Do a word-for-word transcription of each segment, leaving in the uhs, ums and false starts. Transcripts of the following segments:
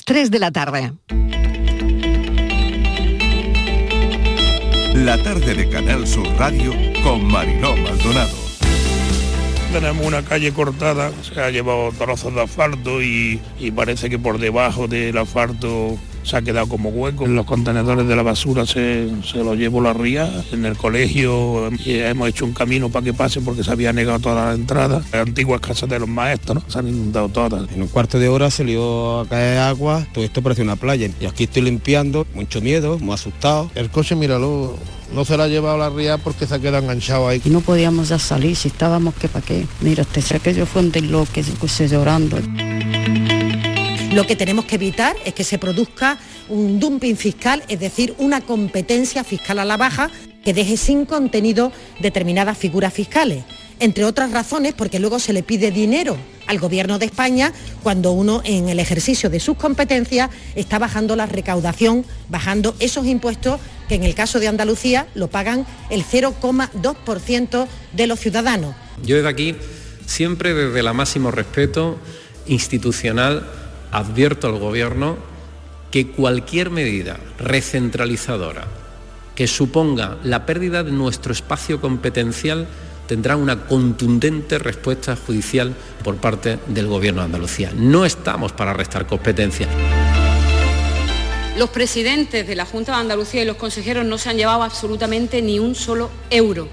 tres de la tarde. La tarde de Canal Sur Radio con Mariló Maldonado. Tenemos una calle cortada, se ha llevado trozos de asfalto y, y parece que por debajo del asfalto se ha quedado como hueco. En los contenedores de la basura se, se los llevó la ría. En el colegio hemos hecho un camino para que pase porque se había negado toda la entrada. Las antiguas casas de los maestros, ¿no? Se han inundado todas. En un cuarto de hora se le dio a caer agua, todo esto parecía una playa. Y aquí estoy limpiando, mucho miedo, muy asustado. El coche, míralo, no se lo ha llevado la ría porque se ha quedado enganchado ahí. Y no podíamos ya salir, si estábamos que para qué. Mira, este sé que yo fue un desloque, se puse llorando. Lo que tenemos que evitar es que se produzca un dumping fiscal, es decir, una competencia fiscal a la baja que deje sin contenido determinadas figuras fiscales. Entre otras razones, porque luego se le pide dinero al Gobierno de España cuando uno en el ejercicio de sus competencias está bajando la recaudación, bajando esos impuestos que en el caso de Andalucía lo pagan el cero coma dos por ciento de los ciudadanos. Yo desde aquí, siempre desde el máximo respeto institucional, advierto al Gobierno que cualquier medida recentralizadora que suponga la pérdida de nuestro espacio competencial tendrá una contundente respuesta judicial por parte del Gobierno de Andalucía. No estamos para restar competencias. Los presidentes de la Junta de Andalucía y los consejeros no se han llevado absolutamente ni un solo euro.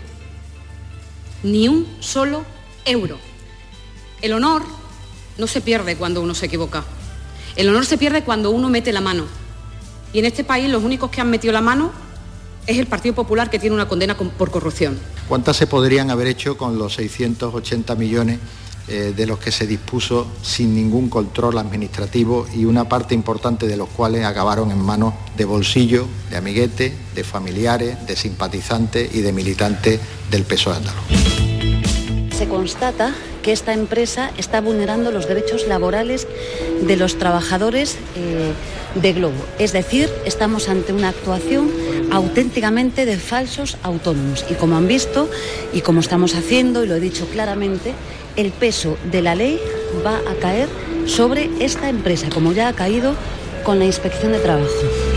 Ni un solo euro. El honor no se pierde cuando uno se equivoca. El honor se pierde cuando uno mete la mano. Y en este país los únicos que han metido la mano es el Partido Popular, que tiene una condena por corrupción. ¿Cuántas se podrían haber hecho con los seiscientos ochenta millones eh, de los que se dispuso sin ningún control administrativo y una parte importante de los cuales acabaron en manos de bolsillo, de amiguetes, de familiares, de simpatizantes y de militantes del P S O E andaluz? Se constata que esta empresa está vulnerando los derechos laborales de los trabajadores eh, de Globo. Es decir, estamos ante una actuación auténticamente de falsos autónomos. Y como han visto, y como estamos haciendo, y lo he dicho claramente, el peso de la ley va a caer sobre esta empresa, como ya ha caído con la Inspección de Trabajo.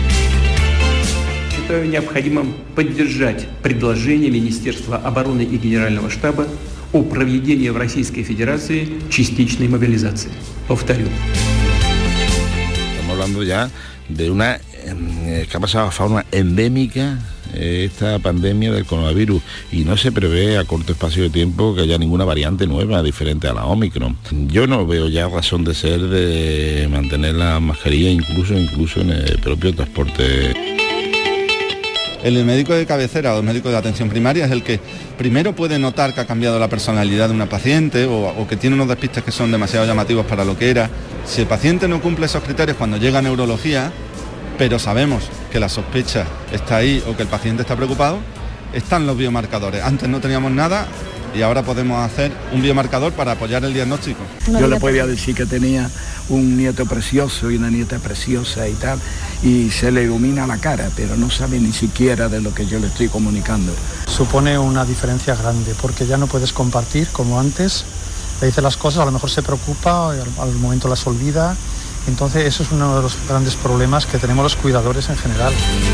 Считаю необходимым поддержать предложение Министерства обороны и Генерального штаба о проведении в Российской Федерации частичной мобилизации. Повторю. Estamos hablando ya de una eh, que ha pasado a forma endémica eh, esta pandemia del coronavirus y no se prevé a corto espacio de tiempo que haya ninguna variante nueva diferente a la Omicron. Yo no veo ya razón de ser de mantener la mascarilla incluso incluso en el propio transporte. El médico de cabecera o el médico de atención primaria es el que primero puede notar que ha cambiado la personalidad de una paciente o, o que tiene unos despistes que son demasiado llamativos para lo que era. Si el paciente no cumple esos criterios cuando llega a neurología, pero sabemos que la sospecha está ahí o que el paciente está preocupado, están los biomarcadores. Antes no teníamos nada y ahora podemos hacer un biomarcador para apoyar el diagnóstico. Yo le podía decir que tenía un nieto precioso y una nieta preciosa y tal, y se le ilumina la cara, pero no sabe ni siquiera de lo que yo le estoy comunicando. Supone una diferencia grande, porque ya no puedes compartir como antes, le dice las cosas, a lo mejor se preocupa, al, al momento las olvida, entonces eso es uno de los grandes problemas que tenemos los cuidadores en general.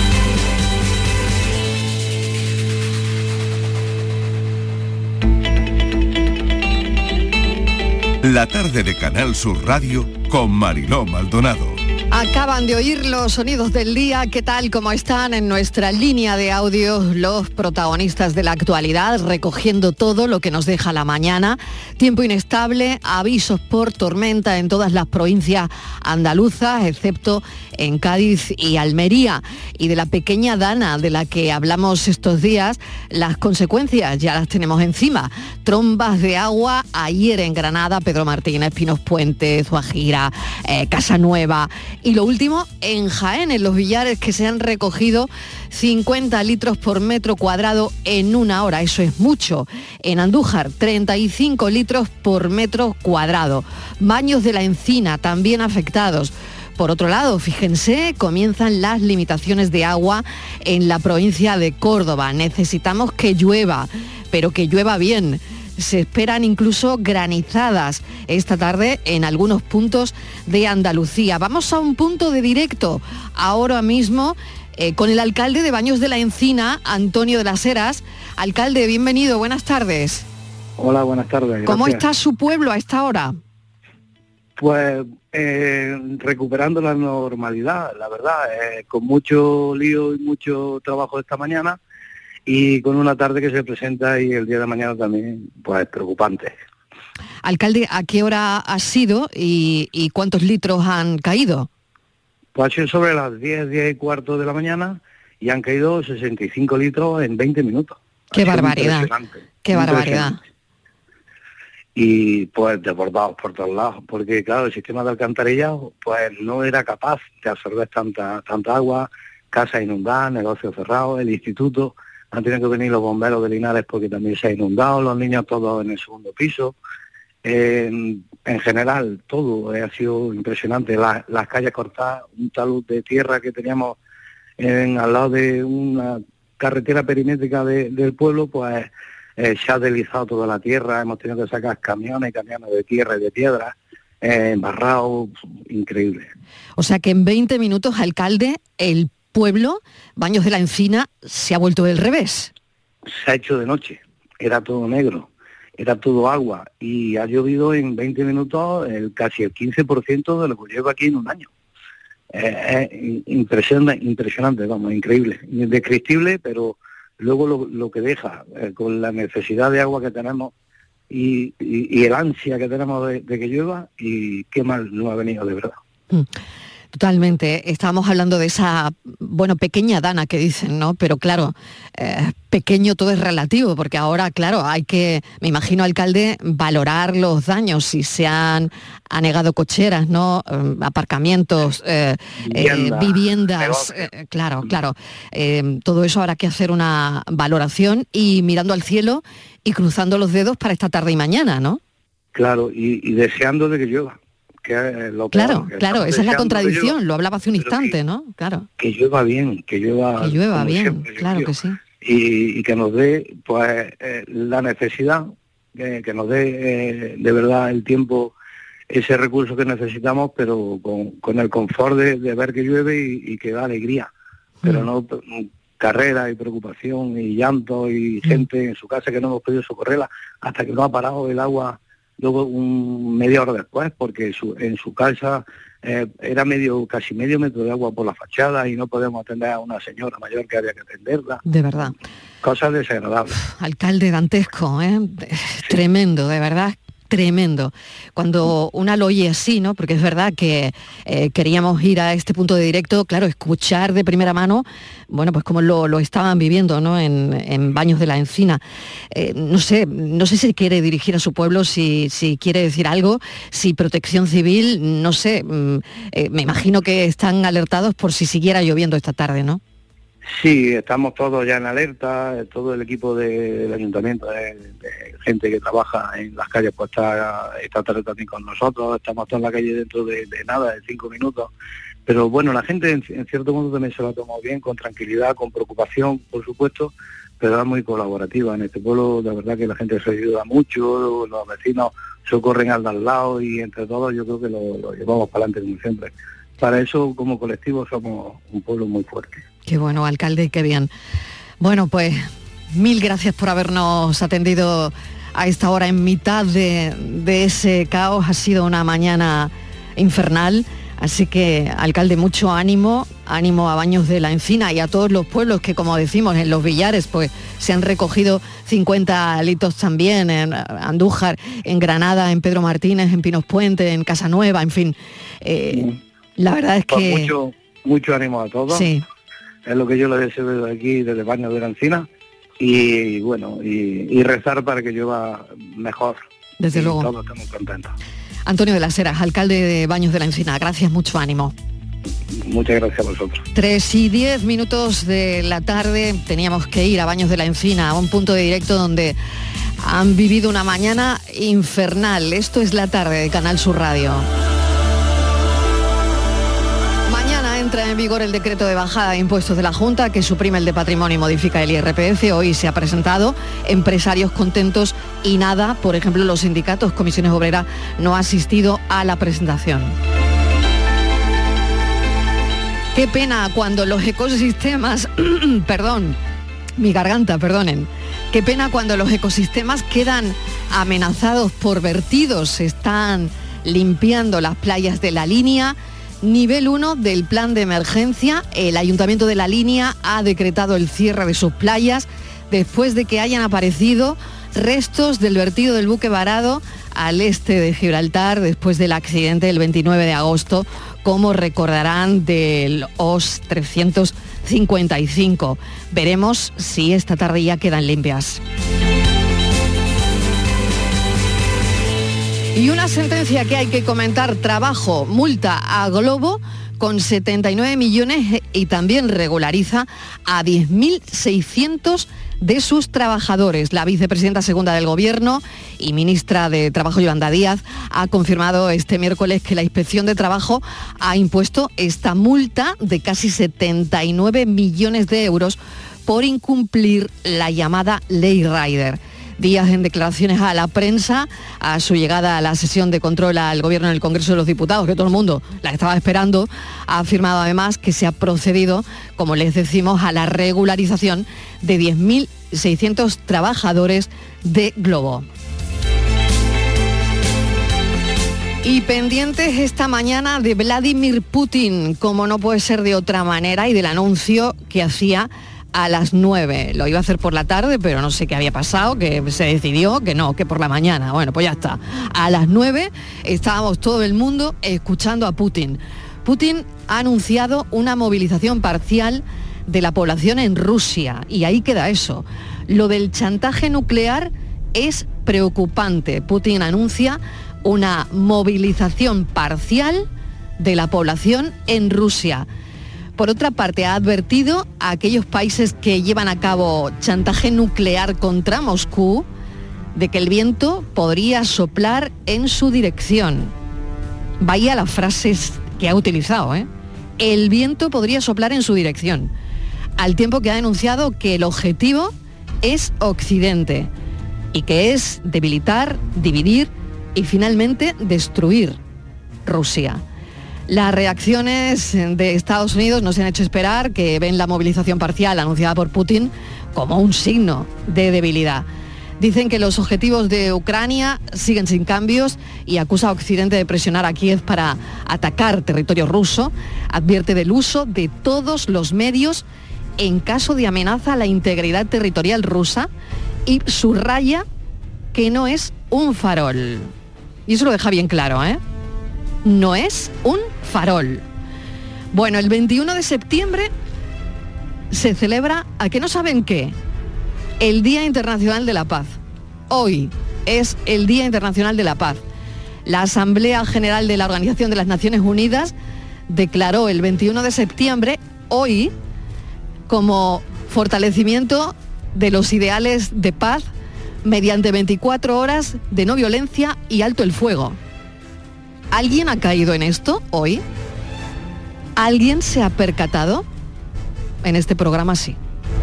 La tarde de Canal Sur Radio con Mariló Maldonado. Acaban de oír los sonidos del día. ¿Qué tal? ¿Cómo están? En nuestra línea de audio los protagonistas de la actualidad, recogiendo todo lo que nos deja la mañana. Tiempo inestable, avisos por tormenta en todas las provincias andaluzas, excepto en Cádiz y Almería. Y de la pequeña Dana, de la que hablamos estos días, las consecuencias ya las tenemos encima. Trombas de agua ayer en Granada, Pedro Martínez, Pinos Puente, Zuajira, eh, Casanueva. Y lo último, en Jaén, en Los Villares, que se han recogido cincuenta litros por metro cuadrado en una hora. Eso es mucho. En Andújar, treinta y cinco litros por metro cuadrado. Baños de la Encina, también afectados. Por otro lado, fíjense, comienzan las limitaciones de agua en la provincia de Córdoba. Necesitamos que llueva, pero que llueva bien. se esperan incluso granizadas esta tarde en algunos puntos de Andalucía. Vamos a un punto de directo ahora mismo eh, con el alcalde de Baños de la Encina, Antonio de las Heras. Alcalde, bienvenido, buenas tardes. Hola, buenas tardes. Gracias. ¿Cómo está su pueblo a esta hora? Pues eh, recuperando la normalidad, la verdad, eh, con mucho lío y mucho trabajo esta mañana y con una tarde que se presenta y el día de mañana también, pues preocupante. Alcalde, ¿a qué hora ha sido y, y cuántos litros han caído? Pues ha sido sobre las diez, diez y cuarto de la mañana y han caído sesenta y cinco litros en veinte minutos. ¡Qué barbaridad! ¡Qué barbaridad! Y pues desbordados por todos lados, porque claro, el sistema de alcantarillado pues no era capaz de absorber tanta tanta agua, casas inundadas, negocios cerrados, el instituto, han tenido que venir los bomberos de Linares porque también se ha inundado, los niños todos en el segundo piso, eh, en general todo ha sido impresionante, la, las calles cortadas, un talud de tierra que teníamos en, al lado de una carretera perimétrica de, del pueblo, pues Eh, se ha deslizado toda la tierra, hemos tenido que sacar camiones y camiones de tierra y de piedra, eh, embarrados, increíble. O sea que en veinte minutos, alcalde, el pueblo, Baños de la Encina, se ha vuelto del revés. Se ha hecho de noche, era todo negro, era todo agua, y ha llovido en veinte minutos el casi el quince por ciento de lo que lleva aquí en un año. Eh, eh, impresionante, impresionante, vamos, increíble, indescriptible, pero luego lo, lo que deja, eh, con la necesidad de agua que tenemos y, y, y el ansia que tenemos de, de que llueva, y qué mal no ha venido de verdad. Totalmente, estábamos hablando de esa, bueno, pequeña dana que dicen, ¿no? Pero claro, eh, pequeño todo es relativo, porque ahora, claro, hay que, me imagino, alcalde, valorar los daños, si se han anegado cocheras, ¿no? Eh, aparcamientos, eh, Vivienda, eh, viviendas, eh, claro, claro. Eh, todo eso habrá que hacer una valoración y mirando al cielo y cruzando los dedos para esta tarde y mañana, ¿no? Claro, y, y deseando de que llueva. Que es lo claro, peor, claro, esa es la contradicción, llueva, lo hablaba hace un instante, que, ¿no? Claro. Que llueva bien, que llueva... Que llueva bien, claro que sí. Y, y que nos dé, pues, eh, la necesidad, que, que nos dé eh, de verdad el tiempo, ese recurso que necesitamos, pero con, con el confort de, de ver que llueve y, y que da alegría, pero mm. no carrera y preocupación y llanto y mm. gente en su casa que no hemos podido socorrerla hasta que no ha parado el agua. Luego un media hora después, porque su, en su casa eh, era medio casi medio metro de agua por la fachada y no podemos atender a una señora mayor que había que atenderla. De verdad. Cosas desagradables. Alcalde dantesco, ¿eh? Sí. Tremendo, de verdad. Tremendo. Cuando una lo oye así, ¿no? Porque es verdad que eh, queríamos ir a este punto de directo, claro, escuchar de primera mano, bueno, pues cómo lo, lo estaban viviendo, ¿no? En, en Baños de la Encina. Eh, no sé, no sé si quiere dirigir a su pueblo, si, si quiere decir algo, si Protección Civil, no sé, eh, me imagino que están alertados por si siguiera lloviendo esta tarde, ¿no? Sí, estamos todos ya en alerta, todo el equipo de, del ayuntamiento, de, de gente que trabaja en las calles, pues está esta tarde también con nosotros, estamos todos en la calle dentro de, de nada, de cinco minutos, pero bueno, la gente en, en cierto modo también se lo ha tomado bien, con tranquilidad, con preocupación, por supuesto, pero es muy colaborativa. En este pueblo, la verdad que la gente se ayuda mucho, los vecinos socorren al de al lado y entre todos yo creo que lo, lo llevamos para adelante como siempre. Para eso, como colectivo, somos un pueblo muy fuerte. Qué bueno, alcalde, qué bien. Bueno, pues mil gracias por habernos atendido a esta hora en mitad de, de ese caos. Ha sido una mañana infernal, así que, alcalde, mucho ánimo, ánimo a Baños de la Encina y a todos los pueblos que, como decimos, en los Villares, pues se han recogido cincuenta litros también, en Andújar, en Granada, en Pedro Martínez, en Pinos Puente, en Casanueva, en fin. Eh, mm. La verdad es que... Pues mucho, mucho ánimo a todos. Sí. Es lo que yo le deseo desde aquí, desde Baños de la Encina, y bueno, y, y rezar para que llueva mejor. Desde y luego. Todos estamos contentos. Antonio de las Heras, alcalde de Baños de la Encina, gracias, mucho ánimo. Muchas gracias a vosotros. Tres y diez minutos de la tarde, teníamos que ir a Baños de la Encina, a un punto de directo donde han vivido una mañana infernal. Esto es La Tarde de Canal Sur Radio. entra en vigor el decreto de bajada de impuestos de la Junta que suprime el de patrimonio y modifica el I R P F. Hoy se ha presentado, empresarios contentos y nada, por ejemplo, los sindicatos, Comisiones Obreras, no ha asistido a la presentación. Qué pena cuando los ecosistemas, perdón, mi garganta, perdonen, qué pena cuando los ecosistemas quedan amenazados por vertidos. Se están limpiando las playas de La Línea. Nivel uno del plan de emergencia. El Ayuntamiento de La Línea ha decretado el cierre de sus playas después de que hayan aparecido restos del vertido del buque varado al este de Gibraltar después del accidente del veintinueve de agosto, como recordarán, del O S trescientos cincuenta y cinco. Veremos si esta tarde ya quedan limpias. Y una sentencia que hay que comentar: trabajo, multa a Globo con setenta y nueve millones y también regulariza a diez mil seiscientos de sus trabajadores. La vicepresidenta segunda del Gobierno y ministra de Trabajo, Yolanda Díaz, ha confirmado este miércoles que la Inspección de Trabajo ha impuesto esta multa de casi setenta y nueve millones de euros por incumplir la llamada Ley Rider. Díaz, en declaraciones a la prensa, a su llegada a la sesión de control al Gobierno en el Congreso de los Diputados, que todo el mundo la estaba esperando, ha afirmado además que se ha procedido, como les decimos, a la regularización de diez mil seiscientos trabajadores de Globo. Y pendientes esta mañana de Vladimir Putin, como no puede ser de otra manera, y del anuncio que hacía a las nueve. Lo iba a hacer por la tarde, pero no sé qué había pasado, que se decidió que no, que por la mañana. Bueno, pues ya está. A las nueve estábamos todo el mundo escuchando a Putin. Putin ha anunciado una movilización parcial de la población en Rusia, y ahí queda eso. Lo del chantaje nuclear es preocupante. Putin anuncia una movilización parcial de la población en Rusia. Por otra parte, ha advertido a aquellos países que llevan a cabo chantaje nuclear contra Moscú de que el viento podría soplar en su dirección. Vaya las frases que ha utilizado, ¿eh? El viento podría soplar en su dirección, al tiempo que ha denunciado que el objetivo es Occidente y que es debilitar, dividir y finalmente destruir Rusia. Las reacciones de Estados Unidos no se han hecho esperar, que ven la movilización parcial anunciada por Putin como un signo de debilidad. Dicen que los objetivos de Ucrania siguen sin cambios y acusa a Occidente de presionar a Kiev para atacar territorio ruso. Advierte del uso de todos los medios en caso de amenaza a la integridad territorial rusa y subraya que no es un farol. Y eso lo deja bien claro, ¿eh? No es un farol. Bueno, el veintiuno de septiembre se celebra, ¿a qué no saben qué? El Día Internacional de la Paz. Hoy es el Día Internacional de la Paz. La Asamblea General de la Organización de las Naciones Unidas declaró el veintiuno de septiembre, hoy, como fortalecimiento de los ideales de paz mediante veinticuatro horas de no violencia y alto el fuego. ¿Alguien ha caído en esto hoy? ¿Alguien se ha percatado? En este programa sí.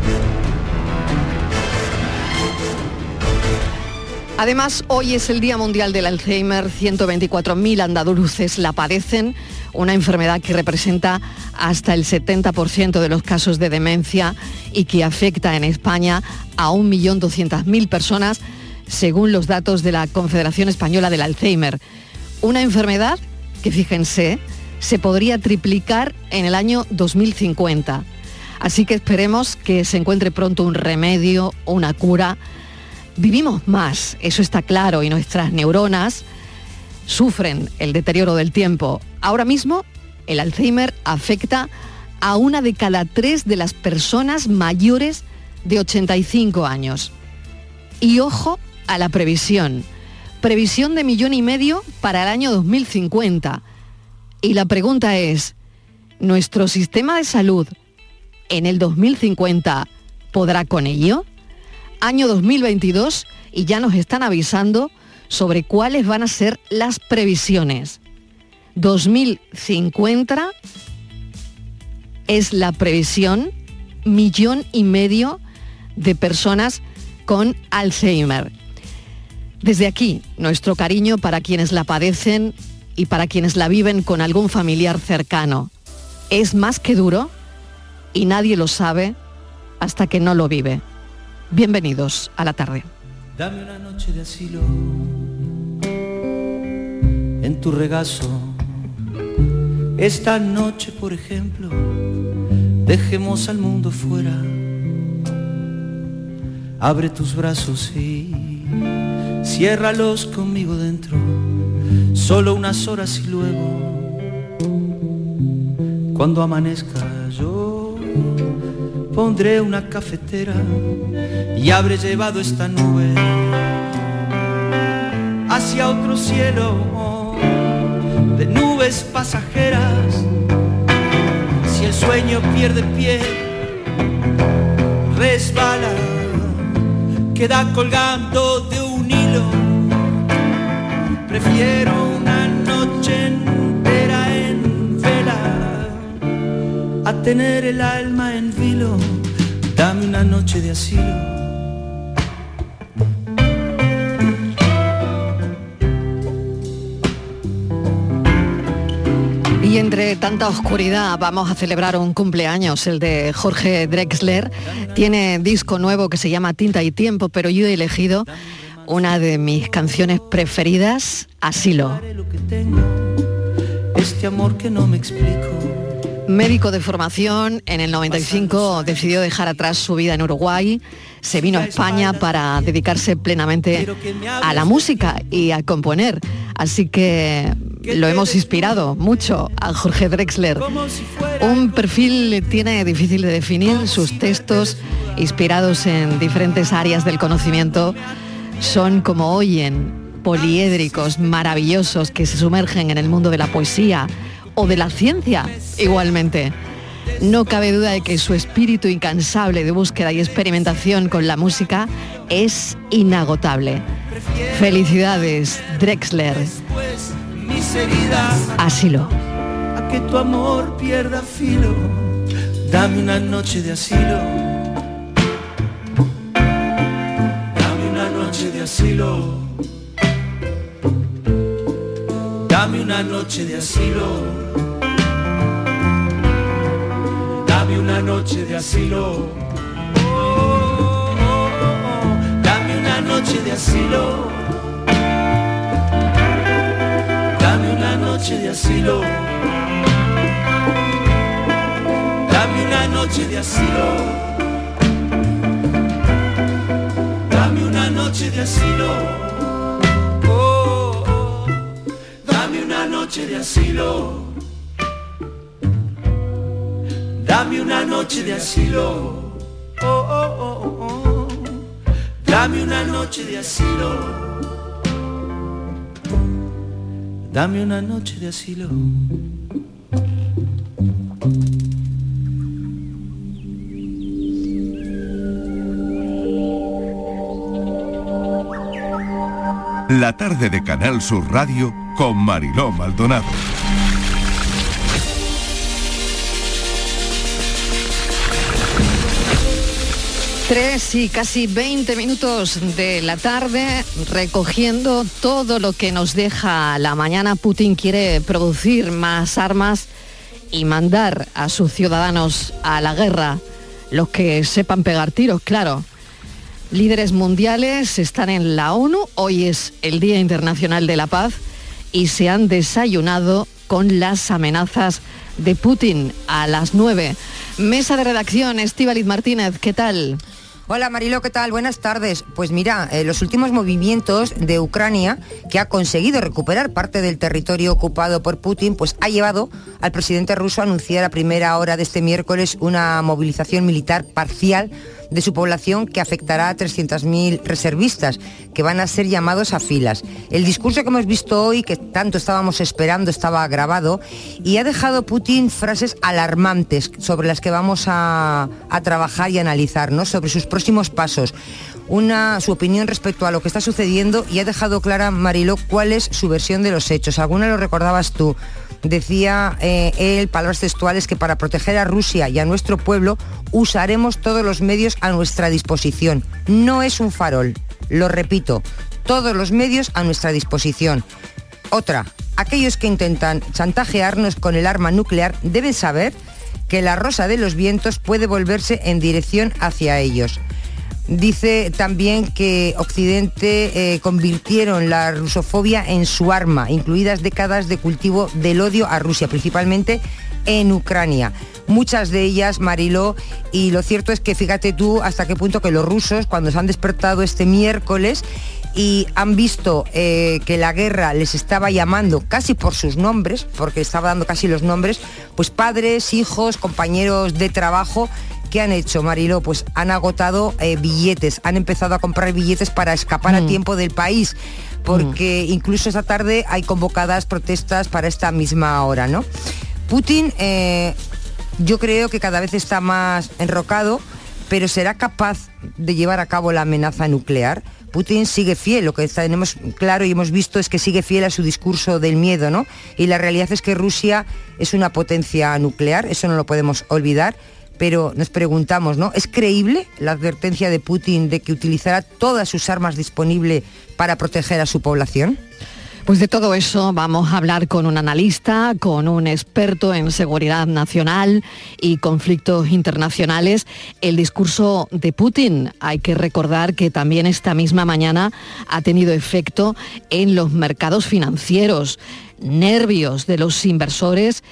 Además, hoy es el Día Mundial del Alzheimer. ciento veinticuatro mil andaluces la padecen, una enfermedad que representa hasta el setenta por ciento de los casos de demencia y que afecta en España a un millón doscientas mil personas, según los datos de la Confederación Española del Alzheimer. Una enfermedad que, fíjense, se podría triplicar en el año dos mil cincuenta. Así que esperemos que se encuentre pronto un remedio o una cura. Vivimos más, eso está claro, y nuestras neuronas sufren el deterioro del tiempo. Ahora mismo, el Alzheimer afecta a una de cada tres de las personas mayores de ochenta y cinco años. Y ojo a la previsión. Previsión de millón y medio para el año dos mil cincuenta. Y la pregunta es, ¿nuestro sistema de salud en el dos mil cincuenta podrá con ello? Año dos mil veintidós y ya nos están avisando sobre cuáles van a ser las previsiones. dos mil cincuenta es la previsión, millón y medio de personas con Alzheimer. Desde aquí, nuestro cariño para quienes la padecen y para quienes la viven con algún familiar cercano. Es más que duro y nadie lo sabe hasta que no lo vive. Bienvenidos a la tarde. Dame una noche de asilo en tu regazo. Esta noche, por ejemplo, dejemos al mundo fuera. Abre tus brazos y ciérralos conmigo dentro. Solo unas horas y luego, cuando amanezca yo, pondré una cafetera y habré llevado esta nube hacia otro cielo de nubes pasajeras. Si el sueño pierde pie, resbala, queda colgando de un hilo. Prefiero una noche entera en vela a tener el alma en vilo. Dame una noche de asilo. Y entre tanta oscuridad vamos a celebrar un cumpleaños, el de Jorge Drexler. Tiene disco nuevo que se llama Tinta y Tiempo, pero yo he elegido una de mis canciones preferidas, Asilo. Este amor que no me explico. Médico de formación, en el noventa y cinco decidió dejar atrás su vida en Uruguay, se vino a España para dedicarse plenamente a la música y a componer. Así que lo hemos inspirado mucho a Jorge Drexler. Un perfil tiene difícil de definir, sus textos, inspirados en diferentes áreas del conocimiento, son, como oyen, poliédricos, maravillosos, que se sumergen en el mundo de la poesía o de la ciencia igualmente. No cabe duda de que su espíritu incansable de búsqueda y experimentación con la música es inagotable. Felicidades, Drexler. Asilo. A que tu amor pierda filo. Dame una noche de asilo. Dame una noche de asilo. Dame una noche de asilo. Dame una noche de asilo. Oh, oh, oh, oh. Dame una noche de asilo. Dame una noche de asilo. Dame una noche de asilo. Dame una noche de asilo. Oh, oh. Dame una noche de asilo. Dame una noche de asilo. Oh, oh, oh, oh. Dame una noche de asilo. Dame una noche de asilo. La tarde de Canal Sur Radio con Mariló Maldonado. Tres y casi veinte minutos de la tarde, recogiendo todo lo que nos deja la mañana. Putin quiere producir más armas y mandar a sus ciudadanos a la guerra, los que sepan pegar tiros, claro. Líderes mundiales están en la ONU, hoy es el Día Internacional de la Paz, y se han desayunado con las amenazas de Putin a las nueve. Mesa de redacción, Estíbaliz Martínez, ¿qué tal? Hola Mariló, ¿qué tal? Buenas tardes. Pues mira, eh, los últimos movimientos de Ucrania, que ha conseguido recuperar parte del territorio ocupado por Putin, pues ha llevado al presidente ruso a anunciar a primera hora de este miércoles una movilización militar parcial de su población que afectará a trescientos mil reservistas que van a ser llamados a filas. El discurso que hemos visto hoy, que tanto estábamos esperando, estaba grabado y ha dejado Putin frases alarmantes sobre las que vamos a, a trabajar y analizar, ¿no? Sobre sus próximos pasos, una, su opinión respecto a lo que está sucediendo, y ha dejado clara, Mariló, cuál es su versión de los hechos. Alguna lo recordabas tú. Decía eh, él, palabras textuales, que para proteger a Rusia y a nuestro pueblo usaremos todos los medios a nuestra disposición. No es un farol, lo repito, todos los medios a nuestra disposición. Otra, aquellos que intentan chantajearnos con el arma nuclear deben saber que la rosa de los vientos puede volverse en dirección hacia ellos. Dice también que Occidente eh, convirtieron la rusofobia en su arma, incluidas décadas de cultivo del odio a Rusia, principalmente en Ucrania. Muchas de ellas, Mariló, y lo cierto es que fíjate tú hasta qué punto que los rusos, cuando se han despertado este miércoles y han visto eh, que la guerra les estaba llamando casi por sus nombres, porque estaba dando casi los nombres, pues padres, hijos, compañeros de trabajo, ¿qué han hecho, Mariló? Pues han agotado eh, billetes, han empezado a comprar billetes para escapar mm. a tiempo del país, porque mm. incluso esta tarde hay convocadas protestas para esta misma hora, ¿no? Putin, eh, yo creo que cada vez está más enrocado, pero ¿será capaz de llevar a cabo la amenaza nuclear? Putin sigue fiel, lo que tenemos claro y hemos visto es que sigue fiel a su discurso del miedo, ¿no? Y la realidad es que Rusia es una potencia nuclear, eso no lo podemos olvidar. Pero nos preguntamos, ¿no? ¿Es creíble la advertencia de Putin de que utilizará todas sus armas disponibles para proteger a su población? Pues de todo eso vamos a hablar con un analista, con un experto en seguridad nacional y conflictos internacionales. El discurso de Putin, hay que recordar que también esta misma mañana ha tenido efecto en los mercados financieros, nervios de los inversores,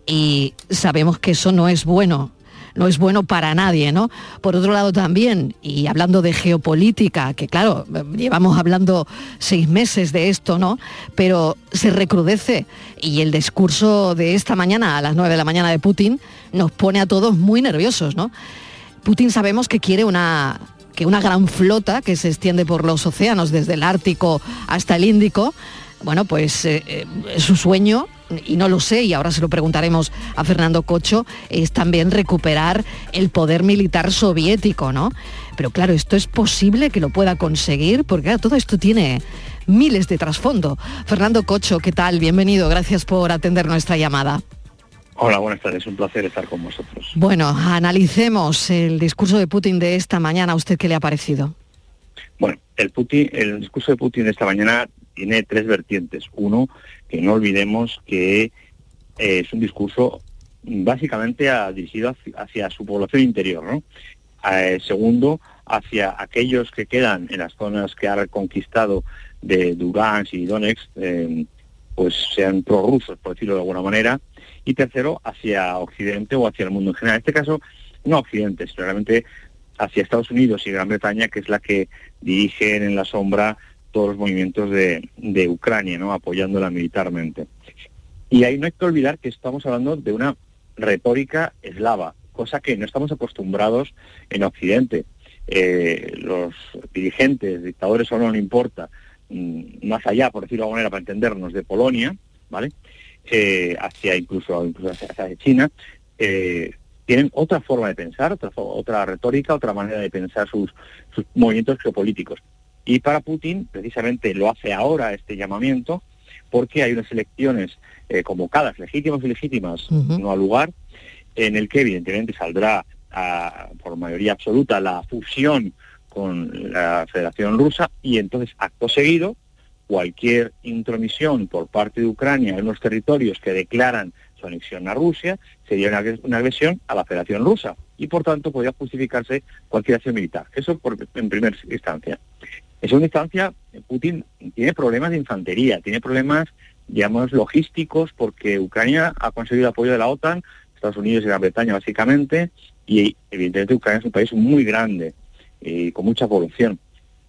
y sabemos que eso no es bueno. No es bueno para nadie, ¿no? Por otro lado también, y hablando de geopolítica, que claro, llevamos hablando seis meses de esto, ¿no? Pero se recrudece, y el discurso de esta mañana, a las nueve de la mañana de Putin, nos pone a todos muy nerviosos, ¿no? Putin sabemos que quiere una, que una gran flota que se extiende por los océanos, desde el Ártico hasta el Índico. Bueno, pues eh, eh, su sueño, y no lo sé, y ahora se lo preguntaremos a Fernando Cocho, es también recuperar el poder militar soviético, ¿no? Pero claro, ¿esto es posible que lo pueda conseguir? Porque claro, todo esto tiene miles de trasfondo. Fernando Cocho, ¿qué tal? Bienvenido, gracias por atender nuestra llamada. Hola, buenas tardes, un placer estar con vosotros. Bueno, analicemos el discurso de Putin de esta mañana. ¿A usted qué le ha parecido? Bueno, el, Putin, el discurso de Putin de esta mañana tiene tres vertientes. Uno, que no olvidemos que eh, es un discurso básicamente a, dirigido hacia, hacia su población interior, ¿no? Eh, segundo, hacia aquellos que quedan en las zonas que ha reconquistado de Lugansk y Donetsk, eh, pues sean prorrusos, por decirlo de alguna manera. Y tercero, hacia Occidente o hacia el mundo en general. En este caso, no Occidente, sino realmente hacia Estados Unidos y Gran Bretaña, que es la que dirigen en la sombra todos los movimientos de, de Ucrania, ¿no? Apoyándola militarmente. Y ahí no hay que olvidar que estamos hablando de una retórica eslava, cosa que no estamos acostumbrados en Occidente. Eh, los dirigentes, dictadores, solo no importa, mmm, más allá, por decirlo de alguna manera, para entendernos, de Polonia, ¿vale? Eh, hacia incluso, incluso hacia, hacia China, eh, tienen otra forma de pensar, otra, otra retórica, otra manera de pensar sus, sus movimientos geopolíticos. Y para Putin, precisamente, lo hace ahora este llamamiento, porque hay unas elecciones eh, convocadas, legítimas y legítimas, uh-huh. no al lugar, en el que evidentemente saldrá a, por mayoría absoluta la fusión con la Federación Rusa, y entonces, acto seguido, cualquier intromisión por parte de Ucrania en los territorios que declaran su anexión a Rusia sería una, una agresión a la Federación Rusa, y por tanto podría justificarse cualquier acción militar. Eso por, en primera instancia. En segunda instancia, Putin tiene problemas de infantería, tiene problemas, digamos, logísticos, porque Ucrania ha conseguido el apoyo de la OTAN, Estados Unidos y Gran Bretaña básicamente, y evidentemente Ucrania es un país muy grande, eh, con mucha población,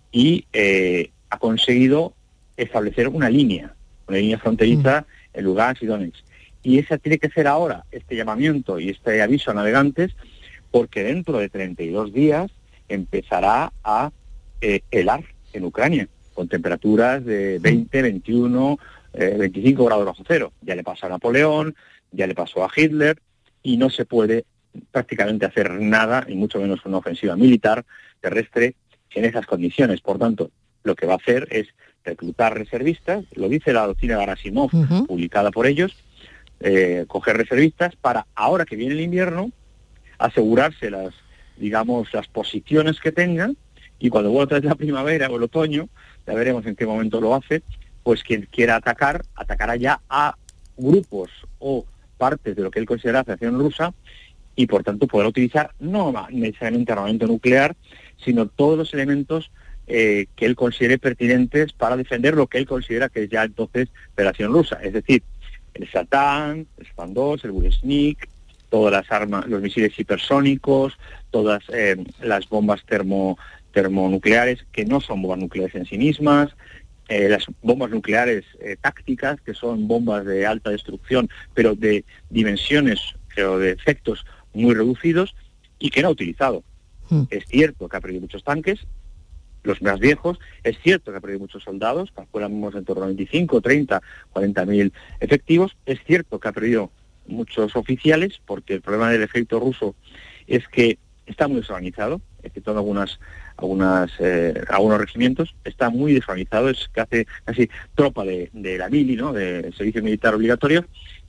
y eh, ha conseguido establecer una línea, una línea fronteriza mm. en Lugansk y Donetsk. Y esa tiene que ser ahora, este llamamiento y este aviso a navegantes, porque dentro de treinta y dos días empezará a eh, helar en Ucrania, con temperaturas de veinte, veintiuno, eh, veinticinco grados bajo cero. Ya le pasó a Napoleón, ya le pasó a Hitler, y no se puede prácticamente hacer nada, y mucho menos una ofensiva militar terrestre en esas condiciones. Por tanto, lo que va a hacer es reclutar reservistas, lo dice la doctrina Gerasimov, uh-huh. publicada por ellos, eh, coger reservistas para, ahora que viene el invierno, asegurarse las, digamos, las posiciones que tengan, y cuando vuelva otra vez la primavera o el otoño, ya veremos en qué momento lo hace, pues quien quiera atacar, atacará ya a grupos o partes de lo que él considera Federación Rusa, y por tanto podrá utilizar no necesariamente armamento nuclear, sino todos los elementos eh, que él considere pertinentes para defender lo que él considera que es ya entonces Federación Rusa, es decir, el Satán, el Span dos, el Burevestnik, todas las armas, los misiles hipersónicos, todas eh, las bombas termo, termonucleares, que no son bombas nucleares en sí mismas, eh, las bombas nucleares eh, tácticas, que son bombas de alta destrucción, pero de dimensiones o de efectos muy reducidos, y que no ha utilizado. Mm. Es cierto que ha perdido muchos tanques, los más viejos, es cierto que ha perdido muchos soldados, calculamos en torno a veinticinco, treinta, cuarenta mil efectivos, es cierto que ha perdido muchos oficiales, porque el problema del ejército ruso es que está muy desorganizado, excepto algunas, algunas, eh, algunos regimientos, está muy desorganizado, es casi, casi tropa de, de la mili, ¿no?, de servicio militar obligatorio,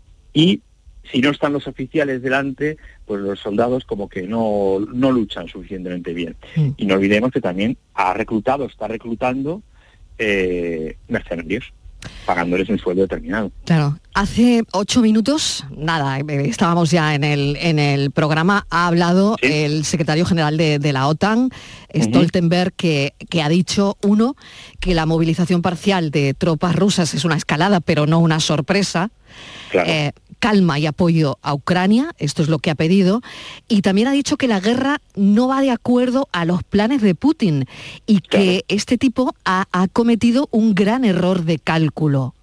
y si no están los oficiales delante, pues los soldados como que no, no luchan suficientemente bien. Mm. Y no olvidemos que también ha reclutado, está reclutando eh, mercenarios, pagándoles un sueldo determinado. Claro, hace ocho minutos, nada, estábamos ya en el en el programa, ha hablado ¿Sí? el secretario general de, de la OTAN, Stoltenberg, uh-huh. que, que ha dicho, uno, que la movilización parcial de tropas rusas es una escalada, pero no una sorpresa. Claro. Eh, calma y apoyo a Ucrania, esto es lo que ha pedido, y también ha dicho que la guerra no va de acuerdo a los planes de Putin y que claro. este tipo ha, ha cometido un gran error de cálculo.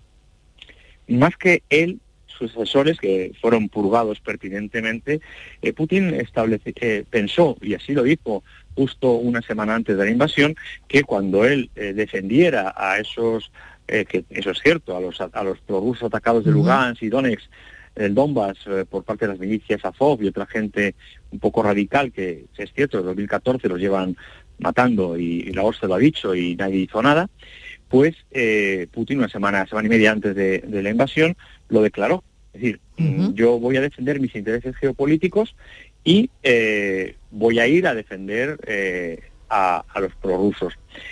Más que él, sus asesores, que fueron purgados pertinentemente, eh, Putin establece, eh, pensó, y así lo dijo justo una semana antes de la invasión, que cuando él eh, defendiera a esos, eh, que eso es cierto, a los, a los prorrusos atacados de Lugansk y Donetsk, el Donbass, eh, por parte de las milicias Azov y otra gente un poco radical, que es cierto, en dos mil catorce los llevan matando, y, y la O S C E lo ha dicho y nadie hizo nada, pues eh, Putin una semana, semana y media antes de, de la invasión lo declaró. Es decir, uh-huh. yo voy a defender mis intereses geopolíticos y eh, voy a ir a defender eh, a, a los prorrusos.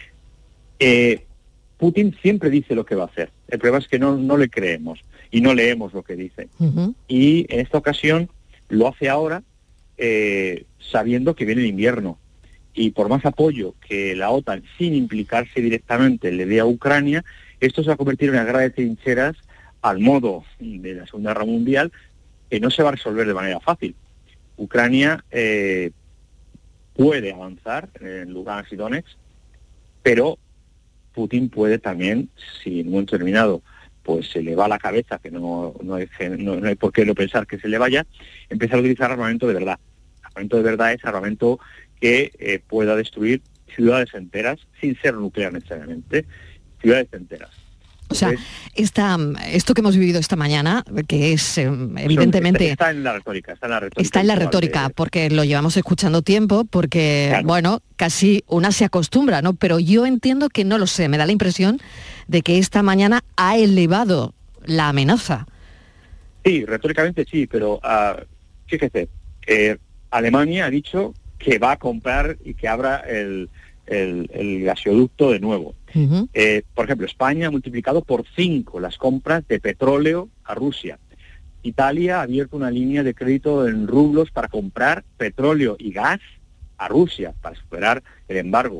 Eh, Putin siempre dice lo que va a hacer. El problema es que no, no le creemos y no leemos lo que dice. Uh-huh. Y en esta ocasión lo hace ahora eh, sabiendo que viene el invierno. Y por más apoyo que la OTAN, sin implicarse directamente, le dé a Ucrania, esto se va a convertir en una guerra de trincheras al modo de la Segunda Guerra Mundial, que no se va a resolver de manera fácil. Ucrania eh, puede avanzar en Lugansk y Donetsk, pero Putin puede también, si en un momento determinado pues se le va la cabeza, que no, no, hay, no, no hay por qué no pensar que se le vaya, empezar a utilizar armamento de verdad. Armamento de verdad es armamento que eh, pueda destruir ciudades enteras, sin ser nuclear necesariamente, ciudades enteras. O sea, esta, esto que hemos vivido esta mañana, que es eh, evidentemente... Está, está en la retórica, está en la retórica. Está en la retórica, de... porque lo llevamos escuchando tiempo, porque, claro. bueno, casi una se acostumbra, ¿no? Pero yo entiendo que, no lo sé, me da la impresión de que esta mañana ha elevado la amenaza. Sí, retóricamente sí, pero uh, fíjese, eh, Alemania ha dicho que va a comprar y que abra el, el, el gasoducto de nuevo. Uh-huh. Eh, por ejemplo, España ha multiplicado por cinco las compras de petróleo a Rusia. Italia ha abierto una línea de crédito en rublos para comprar petróleo y gas a Rusia, para superar el embargo.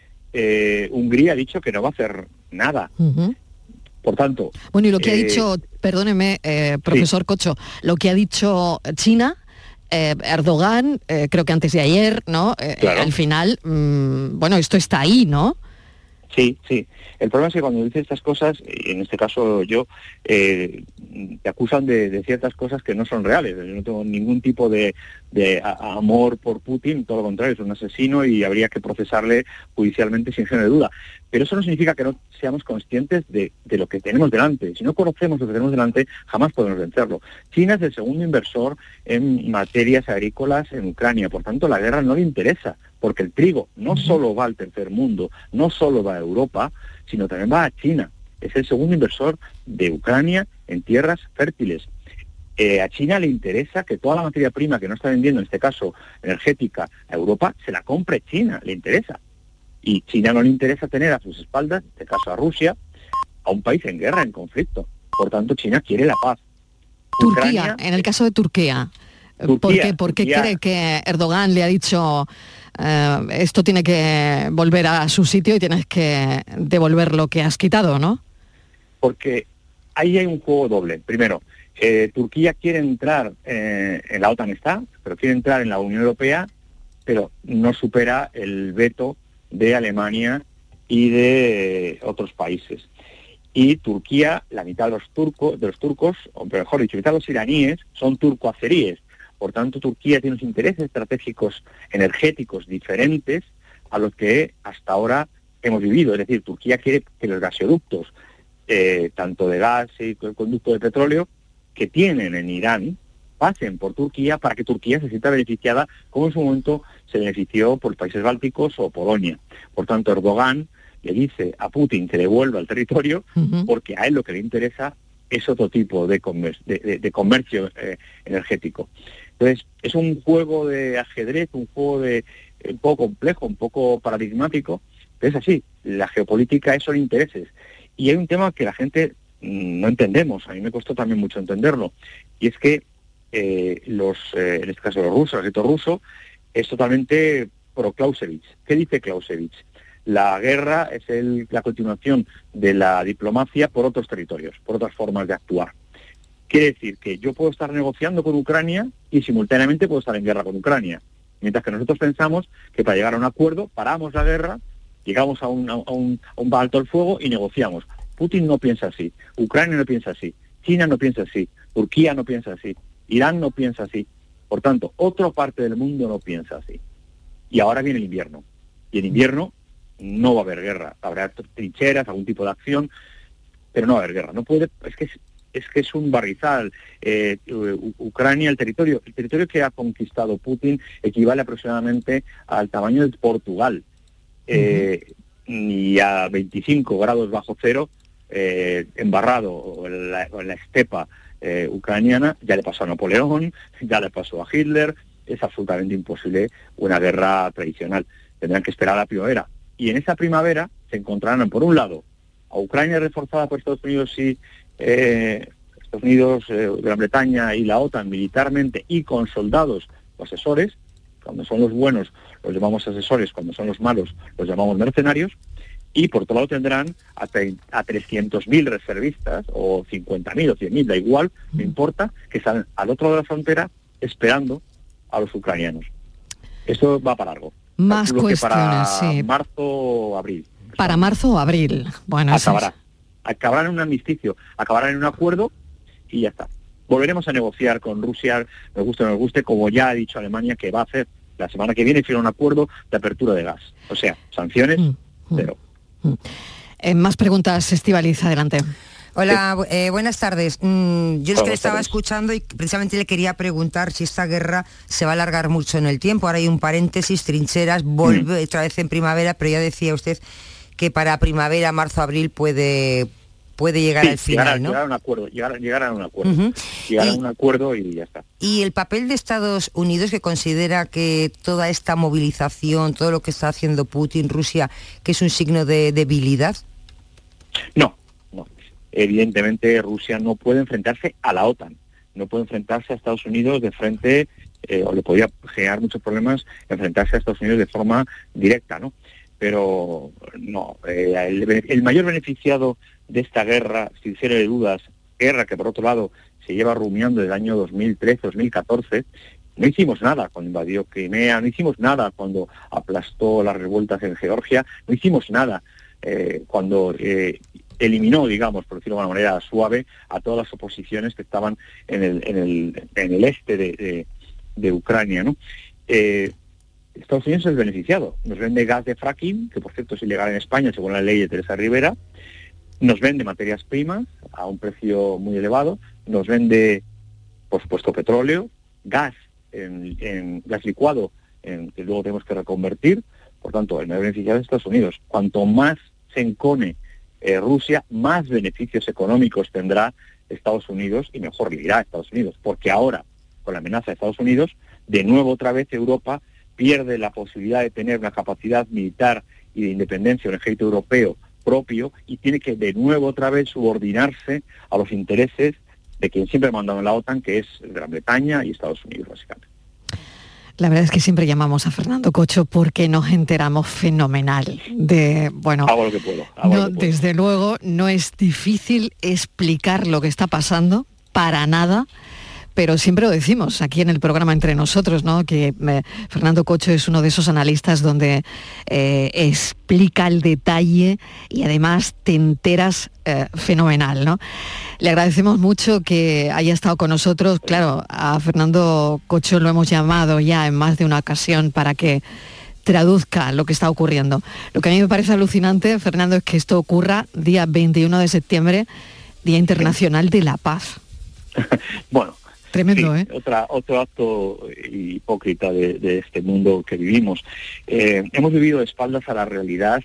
Eh, Hungría ha dicho que no va a hacer nada. Uh-huh. Por tanto... Bueno, y lo que eh, ha dicho, perdóneme, eh, profesor sí. Cocho, lo que ha dicho China... Eh, Erdogan, eh, creo que antes de ayer, ¿no? Eh, claro. Al final, mmm, bueno, esto está ahí, ¿no? Sí, sí. El problema es que cuando dices estas cosas, en este caso yo, eh, te acusan de, de ciertas cosas que no son reales. Yo no tengo ningún tipo de, de a, a amor por Putin, todo lo contrario, es un asesino y habría que procesarle judicialmente sin género de duda. Pero eso no significa que no seamos conscientes de, de lo que tenemos delante. Si no conocemos lo que tenemos delante, jamás podemos vencerlo. China es el segundo inversor en materias agrícolas en Ucrania, por tanto la guerra no le interesa, porque el trigo no solo va al tercer mundo, no solo va a Europa, sino también va a China. Es el segundo inversor de Ucrania en tierras fértiles. Eh, a China le interesa que toda la materia prima que no está vendiendo, en este caso energética, a Europa, se la compre China, le interesa. Y China no le interesa tener a sus espaldas, en este caso a Rusia, a un país en guerra, en conflicto. Por tanto, China quiere la paz. Turquía, Ucrania, en el caso de Turquía, Turquía ¿por qué, por qué Turquía, cree que Erdogan le ha dicho eh, esto tiene que volver a su sitio y tienes que devolver lo que has quitado, ¿no? Porque ahí hay un juego doble. Primero, eh, Turquía quiere entrar, eh, en la OTAN está, pero quiere entrar en la Unión Europea, pero no supera el veto de Alemania y de eh, otros países. Y Turquía, la mitad de los turcos, de los turcos, o mejor dicho, la mitad de los iraníes son turco-azeríes. Por tanto, Turquía tiene unos intereses estratégicos energéticos diferentes a los que hasta ahora hemos vivido. Es decir, Turquía quiere que los gasoductos, eh, tanto de gas y el conducto de petróleo, que tienen en Irán, pasen por Turquía para que Turquía se sienta beneficiada, como en su momento se benefició por los países bálticos o Polonia. Por tanto, Erdogan le dice a Putin que devuelva el territorio, uh-huh. porque a él lo que le interesa es otro tipo de comercio, de, de, de comercio eh, energético. Entonces, es un juego de ajedrez, un juego de eh, un poco complejo, un poco paradigmático, pero es así, la geopolítica son intereses. Y hay un tema que la gente mmm, no entendemos, a mí me costó también mucho entenderlo, y es que eh, los, eh, en este caso los rusos, el ejército ruso, es totalmente pro Clausewitz. ¿Qué dice Clausewitz? La guerra es el, la continuación de la diplomacia por otros territorios, por otras formas de actuar. Quiere decir que yo puedo estar negociando con Ucrania y simultáneamente puedo estar en guerra con Ucrania. Mientras que nosotros pensamos que para llegar a un acuerdo paramos la guerra, llegamos a un, a un, a un alto el fuego y negociamos. Putin no piensa así, Ucrania no piensa así, China no piensa así, Turquía no piensa así, Irán no piensa así. Por tanto, otra parte del mundo no piensa así. Y ahora viene el invierno. Y en invierno no va a haber guerra. Habrá trincheras, algún tipo de acción, pero no va a haber guerra. No puede, es que es, es que es un barrizal. Eh, Ucrania, el territorio, el territorio que ha conquistado Putin equivale aproximadamente al tamaño de Portugal. Eh, uh-huh. Y a veinticinco grados bajo cero, eh, embarrado en la, en la estepa eh, ucraniana, ya le pasó a Napoleón, ya le pasó a Hitler. Es absolutamente imposible una guerra tradicional. Tendrán que esperar a la primavera. Y en esa primavera se encontrarán, por un lado, a Ucrania reforzada por Estados Unidos y eh, Estados Unidos, eh, Gran Bretaña y la OTAN militarmente y con soldados o asesores. Cuando son los buenos los llamamos asesores, cuando son los malos los llamamos mercenarios. Y por otro lado tendrán a, a trescientos mil reservistas, o cincuenta mil o cien mil, da igual, no importa, que están al otro lado de la frontera esperando a los ucranianos. Esto va para largo. Más cuestiones, para sí. marzo o abril. Para marzo o abril. Bueno, acabará. Es... Acabará en un armisticio, acabará en un acuerdo y ya está. Volveremos a negociar con Rusia, nos guste o no nos guste, como ya ha dicho Alemania que va a hacer la semana que viene, firma un acuerdo de apertura de gas. O sea, sanciones, mm, cero. Mm, mm. Eh, más preguntas, Estíbaliz, adelante. Hola, eh, buenas tardes. Mm, yo es que le estaba escuchando y precisamente le quería preguntar si esta guerra se va a alargar mucho en el tiempo. Ahora hay un paréntesis, trincheras, vuelve otra vez en primavera, pero ya decía usted que para primavera, marzo, abril puede puede llegar sí, al final, llegar, ¿no? Llegar a un acuerdo, llegar, llegar a un acuerdo, uh-huh. llegar y, a un acuerdo y ya está. Y el papel de Estados Unidos, que considera que toda esta movilización, todo lo que está haciendo Putin, Rusia, que es un signo de debilidad. No, no. Evidentemente Rusia no puede enfrentarse a la OTAN, no puede enfrentarse a Estados Unidos de frente, eh, o le podría generar muchos problemas enfrentarse a Estados Unidos de forma directa, ¿no? Pero no, eh, el, el mayor beneficiado de esta guerra, si hiciera dudas, guerra que por otro lado se lleva rumiando desde el año dos mil trece, dos mil catorce, no hicimos nada cuando invadió Crimea, no hicimos nada cuando aplastó las revueltas en Georgia, no hicimos nada eh, cuando eh, eliminó, digamos, por decirlo de una manera suave, a todas las oposiciones que estaban en el, en el, en el este de, de, de Ucrania, ¿no? Eh, Estados Unidos es beneficiado, nos vende gas de fracking, que por cierto es ilegal en España según la ley de Teresa Rivera, nos vende materias primas a un precio muy elevado, nos vende, por supuesto, petróleo, gas, en, en gas licuado, en, que luego tenemos que reconvertir. Por tanto, el mayor beneficiado es Estados Unidos. Cuanto más se encone eh, Rusia, más beneficios económicos tendrá Estados Unidos, y mejor le irá a Estados Unidos, porque ahora, con la amenaza de Estados Unidos, de nuevo otra vez Europa pierde la posibilidad de tener una capacidad militar y de independencia, un ejército europeo propio, y tiene que de nuevo otra vez subordinarse a los intereses de quien siempre ha mandado en la OTAN, que es Gran Bretaña y Estados Unidos, básicamente. La verdad es que siempre llamamos a Fernando Cocho porque nos enteramos fenomenal de, bueno, hago lo que puedo, hago no, lo que puedo. Desde luego no es difícil explicar lo que está pasando, para nada, pero siempre lo decimos aquí en el programa entre nosotros, ¿no? Que eh, Fernando Cocho es uno de esos analistas donde eh, explica el detalle y además te enteras eh, fenomenal, ¿no? Le agradecemos mucho que haya estado con nosotros. Claro, a Fernando Cocho lo hemos llamado ya en más de una ocasión para que traduzca lo que está ocurriendo. Lo que a mí me parece alucinante, Fernando, es que esto ocurra día veintiuno de septiembre, Día Internacional de la Paz. Bueno, tremendo, sí, ¿eh? Otra, otro acto hipócrita de, de este mundo que vivimos. Eh, hemos vivido de espaldas a la realidad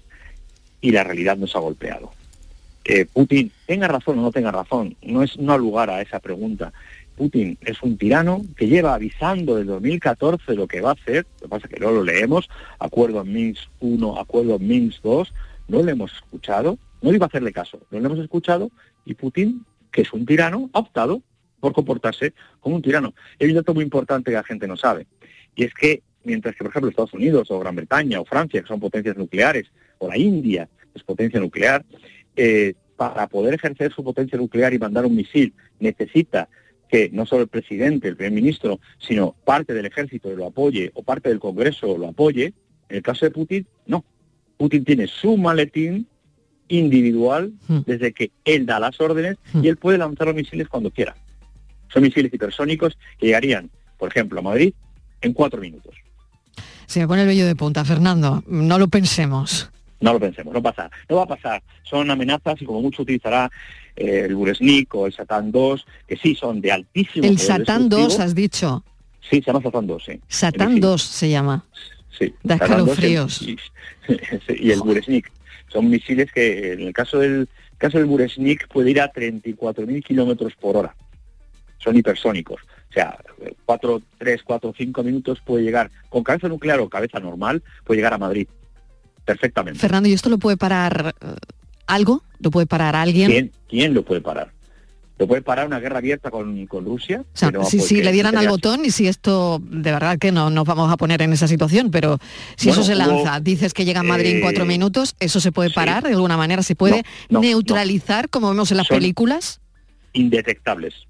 y la realidad nos ha golpeado. Eh, Putin, tenga razón o no tenga razón, no es no ha lugar a esa pregunta. Putin es un tirano que lleva avisando desde dos mil catorce lo que va a hacer, lo que pasa es que no lo leemos, acuerdo en Minsk uno, acuerdo en Minsk dos, no lo hemos escuchado, no iba a hacerle caso, no lo hemos escuchado, y Putin, que es un tirano, ha optado por comportarse como un tirano. Y hay un dato muy importante que la gente no sabe, y es que mientras que, por ejemplo, Estados Unidos o Gran Bretaña o Francia, que son potencias nucleares, o la India, que es potencia nuclear, eh, para poder ejercer su potencia nuclear y mandar un misil, necesita que no solo el presidente, el primer ministro, sino parte del ejército lo apoye o parte del Congreso lo apoye. En el caso de Putin, no. Putin tiene su maletín individual desde que él da las órdenes y él puede lanzar los misiles cuando quiera. Son misiles hipersónicos que llegarían, por ejemplo, a Madrid en cuatro minutos. Se me pone el vello de punta, Fernando. No lo pensemos. No lo pensemos, no pasa, no va a pasar. Son amenazas y como mucho utilizará eh, el Bureznik o el Satán dos, que sí son de altísimo El poder Satán dos, destructivo. has dicho. Sí, se llama Satán dos, sí. Satán dos se llama. Sí. Da Satán dos escalofríos. Y, y el Bureznik. Son misiles que en el caso del caso del Bureznik puede ir a treinta y cuatro mil kilómetros por hora. Son hipersónicos. O sea, cuatro, tres, cuatro, cinco minutos puede llegar, con cabeza nuclear o cabeza normal, puede llegar a Madrid. Perfectamente. Fernando, ¿y esto lo puede parar uh, algo? ¿Lo puede parar alguien? ¿Quién, ¿Quién lo puede parar? ¿Lo puede parar una guerra abierta con, con Rusia? O sea, no, si, si porque le dieran al sería- botón y si esto, de verdad que no nos vamos a poner en esa situación, pero si Bueno, eso se hubo- lanza, dices que llega a Madrid en cuatro eh, minutos, ¿eso se puede parar de alguna manera? ¿Se puede No, no, neutralizar como vemos en las Son- películas? Indetectables.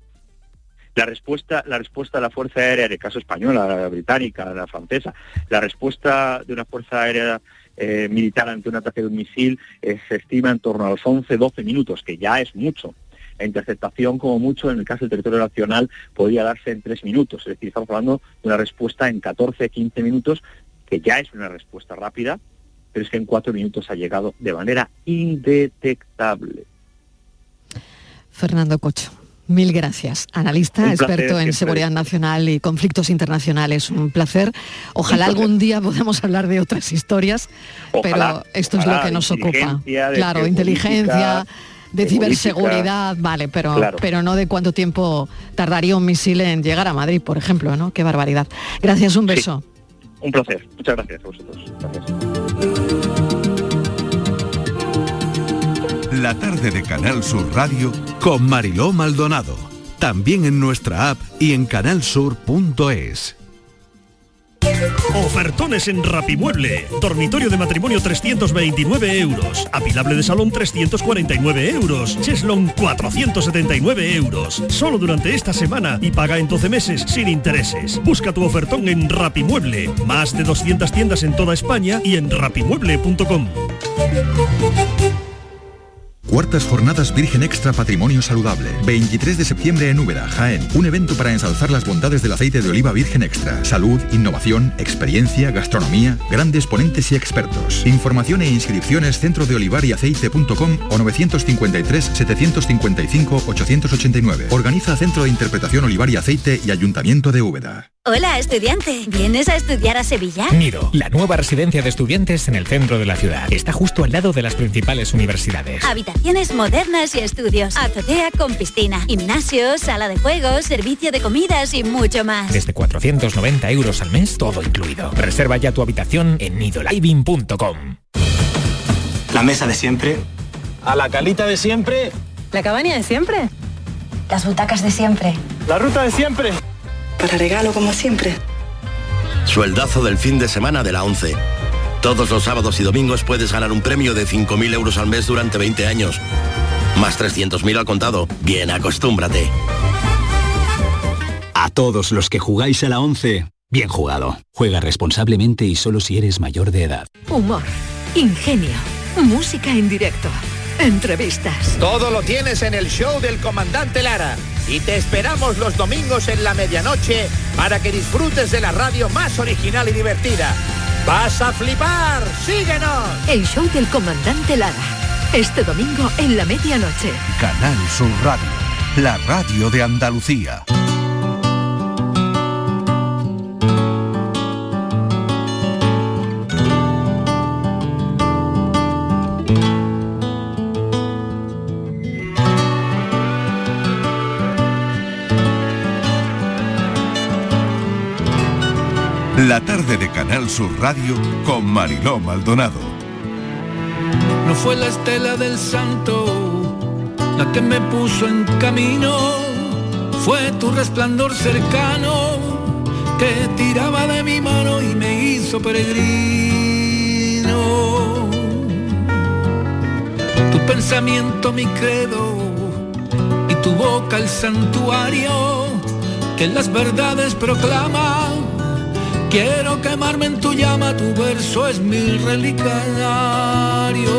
La respuesta, la respuesta de la Fuerza Aérea, en el caso española, la británica, la francesa, la respuesta de una Fuerza Aérea eh, militar ante un ataque de un misil eh, se estima en torno a los once doce minutos, que ya es mucho. La interceptación, como mucho, en el caso del territorio nacional, podría darse en tres minutos. Es decir, estamos hablando de una respuesta en catorce quince minutos, que ya es una respuesta rápida, pero es que en cuatro minutos ha llegado de manera indetectable. Fernando Cocho, mil gracias. Analista, Un placer, experto en siempre. seguridad nacional y conflictos internacionales. Un placer. Ojalá Un placer. algún día podamos hablar de otras historias, Ojalá, pero esto es ojalá, lo que nos ocupa. inteligencia, de Claro, geopolítica, inteligencia, de, de ciberseguridad, vale, pero, Claro. pero no de cuánto tiempo tardaría un misil en llegar a Madrid, por ejemplo, ¿no? Qué barbaridad. Gracias, un beso. Un placer. Muchas gracias a vosotros. Gracias. La tarde de Canal Sur Radio con Mariló Maldonado. También en nuestra app y en canalsur punto es. Ofertones en Rapimueble. Dormitorio de matrimonio trescientos veintinueve euros. Apilable de salón trescientos cuarenta y nueve euros. Cheslon cuatrocientos setenta y nueve euros. Solo durante esta semana y paga en doce meses sin intereses. Busca tu ofertón en Rapimueble. Más de doscientas tiendas en toda España y en rapimueble punto com. Cuartas Jornadas Virgen Extra Patrimonio Saludable. veintitrés de septiembre en Úbeda, Jaén. Un evento para ensalzar las bondades del aceite de oliva virgen extra. Salud, innovación, experiencia, gastronomía, grandes ponentes y expertos. Información e inscripciones centro de olivar y aceite punto com o nueve cinco tres, siete cinco cinco, ocho ocho nueve. Organiza Centro de Interpretación Olivar y Aceite y Ayuntamiento de Úbeda. Hola, estudiante. ¿Vienes a estudiar a Sevilla? Nido, la nueva residencia de estudiantes en el centro de la ciudad. Está justo al lado de las principales universidades. Habitaciones modernas y estudios. Azotea con piscina, gimnasio, sala de juegos, servicio de comidas y mucho más. Desde cuatrocientos noventa euros al mes, todo incluido. Reserva ya tu habitación en nido living punto com. La mesa de siempre. A la calita de siempre. La cabaña de siempre. Las butacas de siempre. La ruta de siempre. Para regalo como siempre. Sueldazo del fin de semana de la ONCE. Todos los sábados y domingos puedes ganar un premio de cinco mil euros al mes durante veinte años. Más trescientos mil al contado. Bien, acostúmbrate. A todos los que jugáis a la ONCE, bien jugado. Juega responsablemente y solo si eres mayor de edad. Humor, ingenio, música en directo, entrevistas. Todo lo tienes en el show del Comandante Lara. Y te esperamos los domingos en la medianoche para que disfrutes de la radio más original y divertida. ¡Vas a flipar! ¡Síguenos! El show del Comandante Lara. Este domingo en la medianoche. Canal Sur Radio, la radio de Andalucía. La tarde de Canal Sur Radio con Mariló Maldonado. No fue la estela del santo la que me puso en camino, fue tu resplandor cercano que tiraba de mi mano y me hizo peregrino. Tu pensamiento mi credo y tu boca el santuario que las verdades proclama. Quiero quemarme en tu llama, tu verso es mi relicario.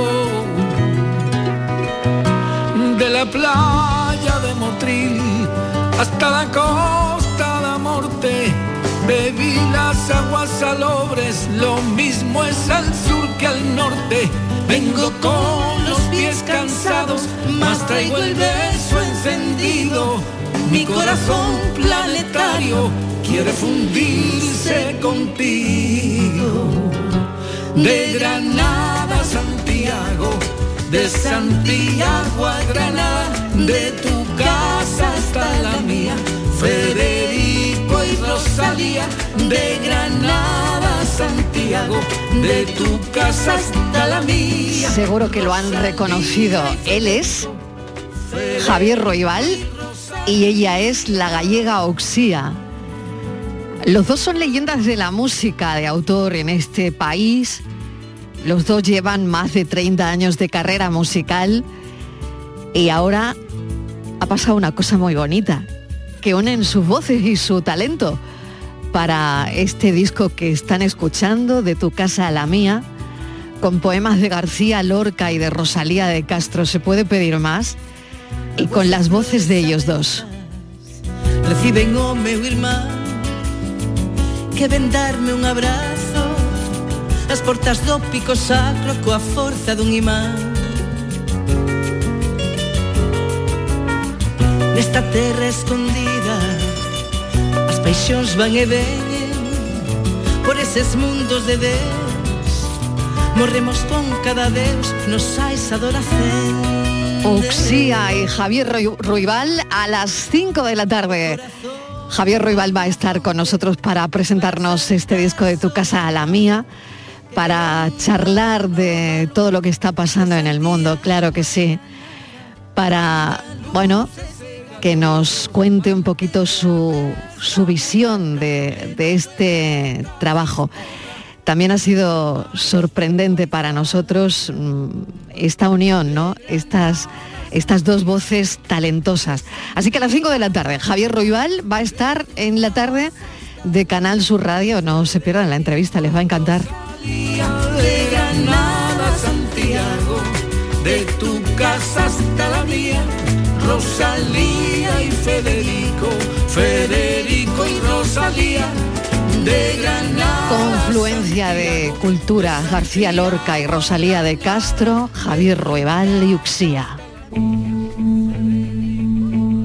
De la playa de Motril hasta la costa de Morte, bebí las aguas salobres, lo mismo es al sur que al norte. Vengo con los pies cansados, mas traigo el beso encendido. Mi corazón planetario quiere fundirse contigo. De Granada a Santiago, de Santiago a Granada, de tu casa hasta la mía, Federico y Rosalía. De Granada a Santiago, de tu casa hasta la mía. Seguro que lo han reconocido. Él es Javier Roibal y ella es la gallega Oxía. Los dos son leyendas de la música de autor en este país. Los dos llevan más de treinta años de carrera musical y ahora ha pasado una cosa muy bonita, que unen sus voces y su talento para este disco que están escuchando, De tu casa a la mía, con poemas de García Lorca y de Rosalía de Castro. ¿Se puede pedir más? Y con las voces de ellos dos. Reciben o meu irmán que ven darme un abrazo, as portas do Pico Sacro coa forza dun imán. Nesta terra escondida as paixóns van e veñen por eses mundos de Deus. Morremos con cada Deus, nos sais adoración. Oxía y Javier Ruibal a las cinco de la tarde. Javier Ruibal va a estar con nosotros para presentarnos este disco De tu casa a la mía, para charlar de todo lo que está pasando en el mundo, claro que sí, para, bueno, que nos cuente un poquito su, su visión de, de este trabajo. También ha sido sorprendente para nosotros esta unión, ¿no? Estas, estas dos voces talentosas. Así que a las cinco de la tarde, Javier Ruibal va a estar en la tarde de Canal Sur Radio. No se pierdan la entrevista, les va a encantar. De Granada a Santiago, de tu casa hasta la mía, Rosalía y Federico, Federico y Rosalía. De Granada. Confluencia de cultura, García Lorca y Rosalía de Castro, Javier Ruibal y Uxía.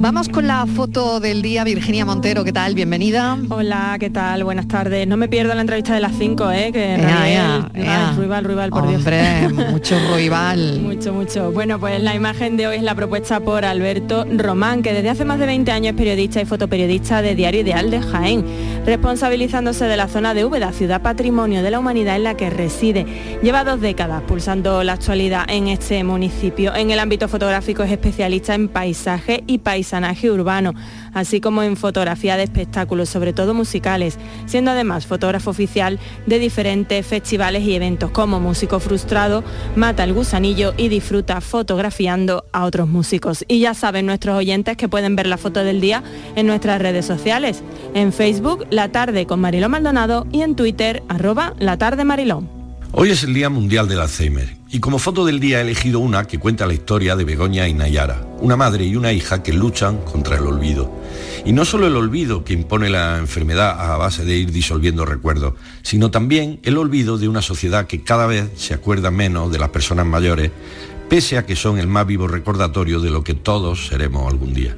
Vamos con la foto del día. Virginia Montero, ¿qué tal? Bienvenida. Hola, ¿qué tal? Buenas tardes. No me pierdo la entrevista de las cinco, ¿eh? Que Ea, ea, ea. Ruibal, Ruibal, por Hombre, Dios. mucho Ruibal. Mucho, mucho. Bueno, pues la imagen de hoy es la propuesta por Alberto Román, que desde hace más de veinte años es periodista y fotoperiodista de Diario Ideal de Jaén, responsabilizándose de la zona de Úbeda, ciudad patrimonio de la humanidad en la que reside. Lleva dos décadas pulsando la actualidad en este municipio. En el ámbito fotográfico es especialista en paisaje y paisanaje urbano, así como en fotografía de espectáculos, sobre todo musicales, siendo además fotógrafo oficial de diferentes festivales y eventos. Como músico frustrado, mata el gusanillo y disfruta fotografiando a otros músicos. Y ya saben nuestros oyentes que pueden ver la foto del día en nuestras redes sociales, en Facebook, La Tarde con Mariló Maldonado, y en Twitter, arroba La Tarde Mariló. Hoy es el Día Mundial del Alzheimer y como foto del día he elegido una que cuenta la historia de Begoña y Nayara, una madre y una hija que luchan contra el olvido. Y no solo el olvido que impone la enfermedad a base de ir disolviendo recuerdos, sino también el olvido de una sociedad que cada vez se acuerda menos de las personas mayores, pese a que son el más vivo recordatorio de lo que todos seremos algún día.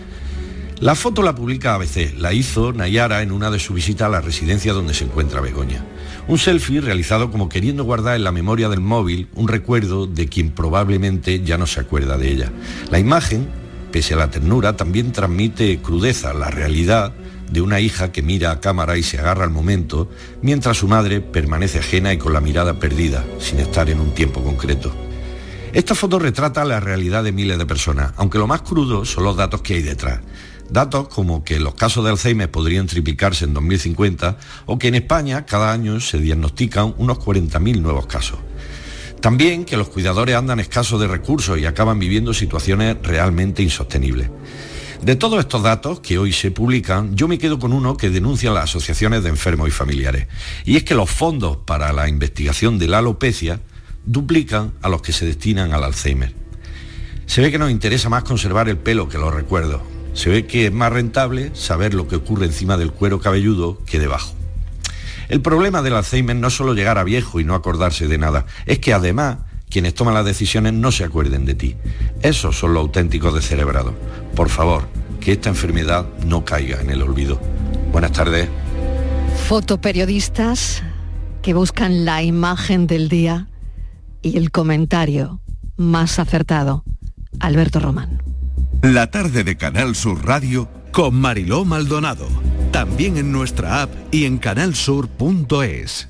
La foto la publica A B C, la hizo Nayara en una de sus visitas a la residencia donde se encuentra Begoña. Un selfie realizado como queriendo guardar en la memoria del móvil un recuerdo de quien probablemente ya no se acuerda de ella. La imagen, pese a la ternura, también transmite crudeza, la realidad de una hija que mira a cámara y se agarra al momento, mientras su madre permanece ajena y con la mirada perdida, sin estar en un tiempo concreto. Esta foto retrata la realidad de miles de personas, aunque lo más crudo son los datos que hay detrás. Datos como que los casos de Alzheimer podrían triplicarse en dos mil cincuenta o que en España cada año se diagnostican unos cuarenta mil nuevos casos. También que los cuidadores andan escasos de recursos y acaban viviendo situaciones realmente insostenibles. De todos estos datos que hoy se publican, yo me quedo con uno que denuncian las asociaciones de enfermos y familiares. Y es que los fondos para la investigación de la alopecia duplican a los que se destinan al Alzheimer. Se ve que nos interesa más conservar el pelo que los recuerdos. Se ve que es más rentable saber lo que ocurre encima del cuero cabelludo que debajo. El problema del Alzheimer no es solo llegar a viejo y no acordarse de nada, es que además quienes toman las decisiones no se acuerden de ti. Esos son los auténticos descerebrados. Por favor, que esta enfermedad no caiga en el olvido. Buenas tardes. Fotoperiodistas que buscan la imagen del día y el comentario más acertado. Alberto Román. La tarde de Canal Sur Radio con Mariló Maldonado. También en nuestra app y en canal sur punto es.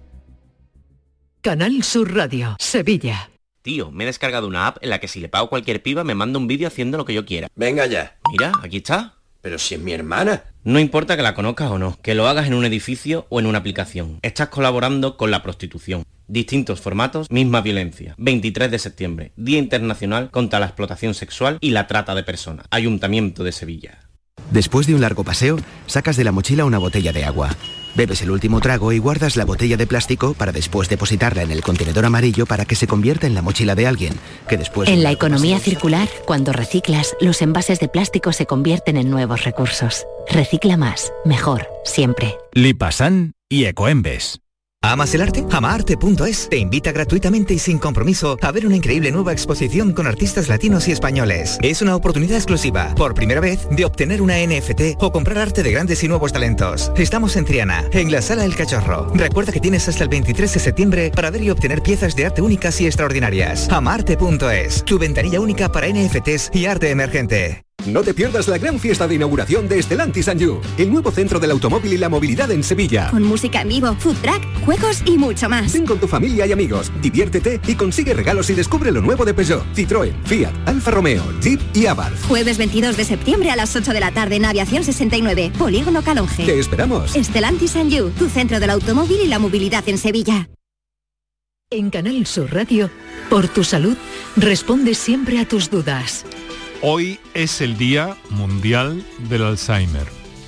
Canal Sur Radio, Sevilla. Tío, me he descargado una app en la que si le pago cualquier piba me manda un vídeo haciendo lo que yo quiera. Venga ya. Mira, aquí está. Pero si es mi hermana. No importa que la conozcas o no, que lo hagas en un edificio o en una aplicación. Estás colaborando con la prostitución. Distintos formatos, misma violencia. veintitrés de septiembre, Día Internacional contra la Explotación Sexual y la Trata de Personas. Ayuntamiento de Sevilla. Después de un largo paseo, sacas de la mochila una botella de agua. Bebes el último trago y guardas la botella de plástico para después depositarla en el contenedor amarillo para que se convierta en la mochila de alguien, que después... En la economía circular, cuando reciclas, los envases de plástico se convierten en nuevos recursos. Recicla más, mejor, siempre. Lipasan y Ecoembes. ¿Amas el arte? Amaarte punto es te invita gratuitamente y sin compromiso a ver una increíble nueva exposición con artistas latinos y españoles. Es una oportunidad exclusiva, por primera vez, de obtener una N F T o comprar arte de grandes y nuevos talentos. Estamos en Triana, en la Sala El Cachorro. Recuerda que tienes hasta el veintitrés de septiembre para ver y obtener piezas de arte únicas y extraordinarias. Amaarte punto es, tu ventanilla única para N F Ts y arte emergente. No te pierdas la gran fiesta de inauguración de Stellantis and You, el nuevo centro del automóvil y la movilidad en Sevilla. Con música en vivo, food truck, juegos y mucho más. Ven con tu familia y amigos, diviértete y consigue regalos y descubre lo nuevo de Peugeot, Citroën, Fiat, Alfa Romeo, Jeep y Abarth. Jueves veintidós de septiembre a las ocho de la tarde en Aviación sesenta y nueve, Polígono Calonge. Te esperamos. Stellantis and You, tu centro del automóvil y la movilidad en Sevilla. En Canal Sur Radio, por tu salud, responde siempre a tus dudas. Hoy es el Día Mundial del Alzheimer.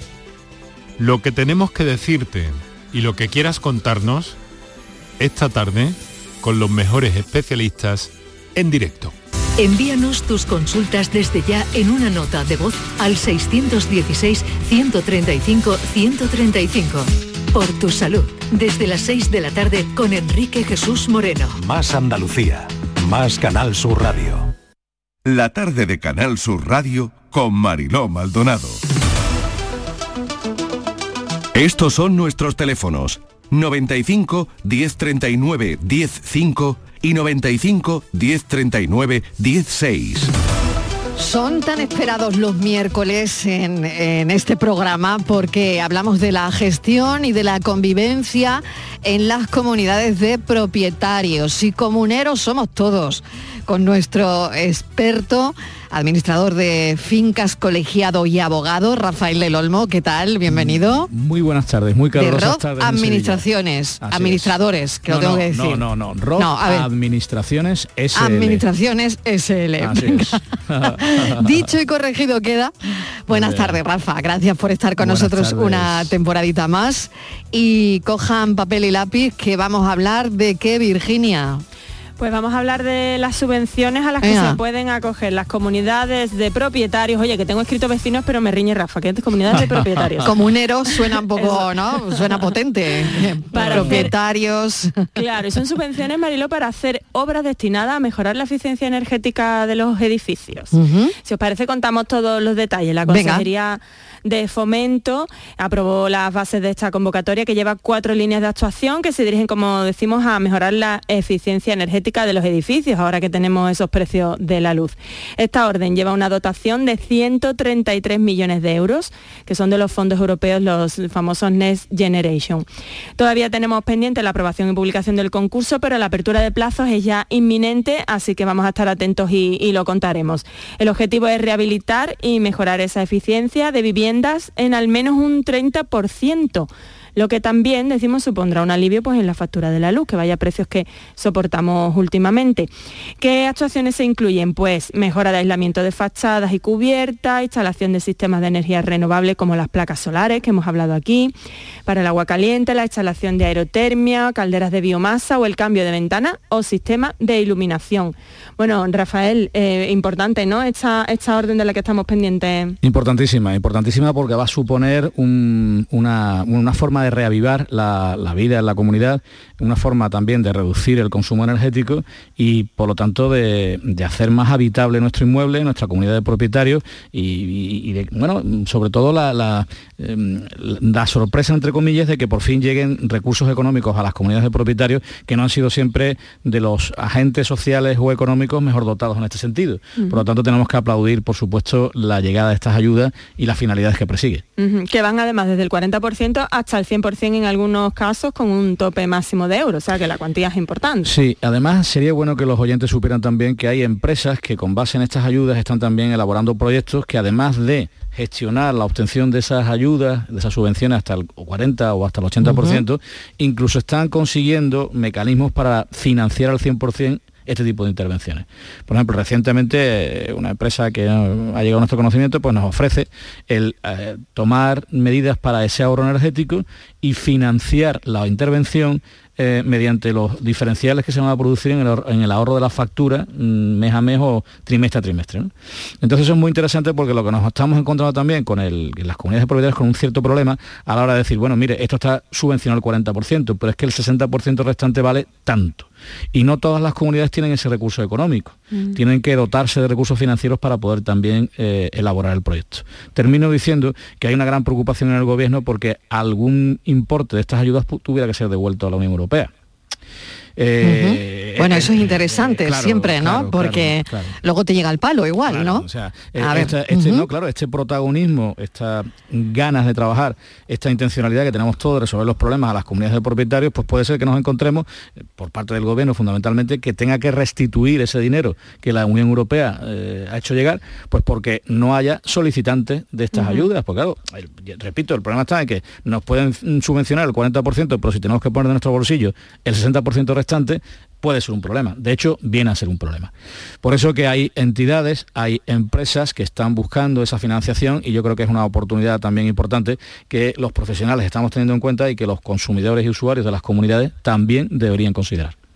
Lo que tenemos que decirte y lo que quieras contarnos esta tarde con los mejores especialistas en directo. Envíanos tus consultas desde ya en una nota de voz al seiscientos dieciséis, ciento treinta y cinco, ciento treinta y cinco. Por tu salud, desde las seis de la tarde con Enrique Jesús Moreno. Más Andalucía, más Canal Sur Radio. La tarde de Canal Sur Radio con Mariló Maldonado. Estos son nuestros teléfonos: noventa y cinco, diez treinta y nueve, diez cinco y noventa y cinco, diez treinta y nueve, diez seis. Son tan esperados los miércoles en, en este programa porque hablamos de la gestión y de la convivencia en las comunidades de propietarios. Y comuneros somos todos, con nuestro experto, administrador de fincas, colegiado y abogado, Rafael del Olmo. ¿Qué tal? Bienvenido. Muy buenas tardes, muy calurosas tardes. Administraciones, administradores, que no, lo tengo no, que decir. No, no, no, R O C, no, Administraciones S L. Administraciones S L. Así es. Dicho y corregido queda. Buenas tardes, Rafa. Gracias por estar con Buenas nosotros tardes. una temporadita más. Y cojan papel y lápiz, que vamos a hablar de qué, Virginia. Pues vamos a hablar de las subvenciones a las que Venga. se pueden acoger las comunidades de propietarios. Oye, que tengo escrito vecinos, pero me riñe Rafa, que es de comunidades de propietarios. Comuneros suena un poco, ¿no? Suena potente. Para propietarios. Claro, y son subvenciones, Mariló, para hacer obras destinadas a mejorar la eficiencia energética de los edificios. Uh-huh. Si os parece, contamos todos los detalles. La Venga. Consejería de Fomento aprobó las bases de esta convocatoria, que lleva cuatro líneas de actuación que se dirigen, como decimos, a mejorar la eficiencia energética de los edificios, ahora que tenemos esos precios de la luz. Esta orden lleva una dotación de ciento treinta y tres millones de euros, que son de los fondos europeos, los famosos Next Generation. Todavía tenemos pendiente la aprobación y publicación del concurso, pero la apertura de plazos es ya inminente, así que vamos a estar atentos y, y lo contaremos. El objetivo es rehabilitar y mejorar esa eficiencia de viviendas en al menos un treinta por ciento. Lo que también, decimos, supondrá un alivio pues en la factura de la luz, que vaya precios que soportamos últimamente. ¿Qué actuaciones se incluyen? Pues mejora de aislamiento de fachadas y cubiertas, instalación de sistemas de energía renovable como las placas solares, que hemos hablado aquí, para el agua caliente, la instalación de aerotermia, calderas de biomasa o el cambio de ventana o sistema de iluminación. Bueno, Rafael, eh, importante, ¿no?, esta, esta orden de la que estamos pendientes. Importantísima, importantísima porque va a suponer un, una, una forma de reavivar la, la vida en la comunidad, una forma también de reducir el consumo energético y, por lo tanto, de, de hacer más habitable nuestro inmueble, nuestra comunidad de propietarios y, y, y de, bueno, sobre todo la, la, eh, la sorpresa, entre comillas, de que por fin lleguen recursos económicos a las comunidades de propietarios que no han sido siempre de los agentes sociales o económicos mejor dotados en este sentido. Uh-huh. Por lo tanto, tenemos que aplaudir, por supuesto, la llegada de estas ayudas y las finalidades que persigue. Uh-huh. Que van además desde el cuarenta por ciento hasta el cien por ciento en algunos casos, con un tope máximo de euros, o sea que la cuantía es importante. Sí, además sería bueno que los oyentes supieran también que hay empresas que con base en estas ayudas están también elaborando proyectos que, además de gestionar la obtención de esas ayudas, de esas subvenciones hasta el cuarenta o hasta el ochenta por ciento, uh-huh. incluso están consiguiendo mecanismos para financiar al cien por ciento este tipo de intervenciones. Por ejemplo, recientemente una empresa que ha llegado a nuestro conocimiento pues nos ofrece el eh, tomar medidas para ese ahorro energético y financiar la intervención eh, mediante los diferenciales que se van a producir en el, en el ahorro de la factura mm, mes a mes o trimestre a trimestre, ¿no? Entonces eso es muy interesante porque lo que nos estamos encontrando también con el, las comunidades de propietarios con un cierto problema a la hora de decir, bueno, mire, esto está subvencionado al cuarenta por ciento, pero es que el sesenta por ciento restante vale tanto. Y no todas las comunidades tienen ese recurso económico. Mm. Tienen que dotarse de recursos financieros para poder también eh, elaborar el proyecto. Termino diciendo que hay una gran preocupación en el gobierno porque algún importe de estas ayudas tuviera que ser devuelto a la Unión Europea. Eh, uh-huh. Bueno, eso es interesante, eh, claro, siempre, ¿no? Claro, porque claro, claro. luego te llega el palo igual, claro, ¿no? O sea, eh, a esta, ver. este, uh-huh. no, claro, este protagonismo, estas ganas de trabajar, esta intencionalidad que tenemos todos de resolver los problemas a las comunidades de propietarios, pues puede ser que nos encontremos, eh, por parte del gobierno fundamentalmente, que tenga que restituir ese dinero que la Unión Europea eh, ha hecho llegar, pues porque no haya solicitantes de estas uh-huh. ayudas. Porque claro, el, repito, el problema está en que nos pueden subvencionar el cuarenta por ciento, pero si tenemos que poner de nuestro bolsillo el sesenta por ciento restante, puede ser un problema. De hecho, viene a ser un problema. Por eso que hay entidades, hay empresas que están buscando esa financiación y yo creo que es una oportunidad también importante que los profesionales estamos teniendo en cuenta y que los consumidores y usuarios de las comunidades también deberían considerar.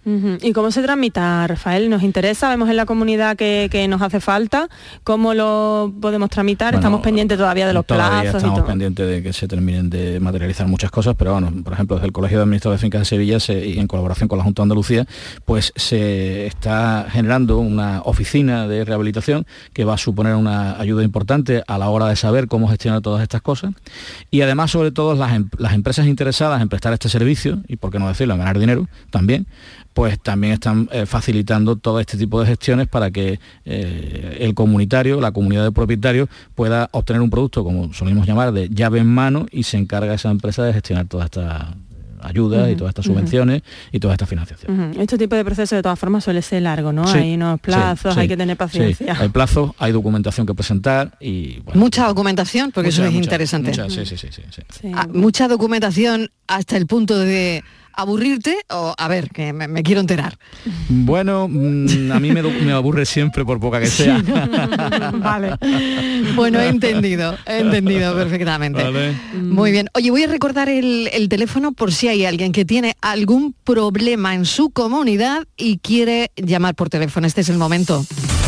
Uh-huh. ¿Y cómo se tramita, Rafael? Nos interesa, vemos en la comunidad que, que nos hace falta. ¿Cómo lo podemos tramitar? Bueno, estamos pendientes todavía de los todavía plazos estamos y todo. pendientes de que se terminen de materializar muchas cosas, pero bueno, por ejemplo, desde el Colegio de Administradores de Fincas de Sevilla se, y en colaboración con la Junta de Andalucía, pues se está generando una oficina de rehabilitación que va a suponer una ayuda importante a la hora de saber cómo gestionar todas estas cosas. Y además, sobre todo, las, em- las empresas interesadas en prestar este servicio, y por qué no decirlo, en ganar dinero también, pues también están eh, facilitando todo este tipo de gestiones para que eh, el comunitario, la comunidad de propietarios, pueda obtener un producto, como solemos llamar, de llave en mano, y se encarga esa empresa de gestionar todas estas ayudas uh-huh, y todas estas subvenciones uh-huh. y toda esta financiación. Uh-huh. Este tipo de proceso de todas formas suele ser largo, ¿no? Sí, hay unos plazos, sí, sí, hay que tener paciencia. Sí. Hay plazos, hay documentación que presentar y... Bueno, mucha documentación, porque mucha, eso es mucha, interesante. Mucha, sí, sí, sí, sí, sí. Sí. Ah, mucha documentación hasta el punto de aburrirte o, a ver, que me, me quiero enterar. Bueno, mmm, a mí me, me aburre siempre, por poca que sea. Vale. Bueno, he entendido, he entendido perfectamente. Vale. Muy bien. Oye, voy a recordar el, el teléfono por si hay alguien que tiene algún problema en su comunidad y quiere llamar por teléfono. Este es el momento.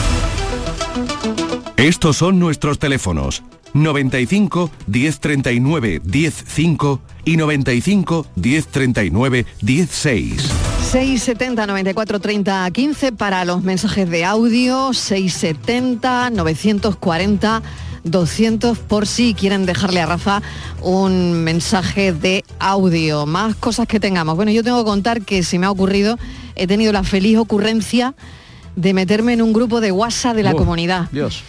Estos son nuestros teléfonos. noventa y cinco, diez treinta y nueve, diez cinco y noventa y cinco, diez treinta y nueve, diez seis. seis setenta, noventa y cuatro, treinta, quince para los mensajes de audio, seis setenta, novecientos cuarenta, doscientos por si quieren dejarle a Rafa un mensaje de audio. Más cosas que tengamos. Bueno, yo tengo que contar que se me ha ocurrido, he tenido la feliz ocurrencia de meterme en un grupo de WhatsApp de la Uf, comunidad. Dios.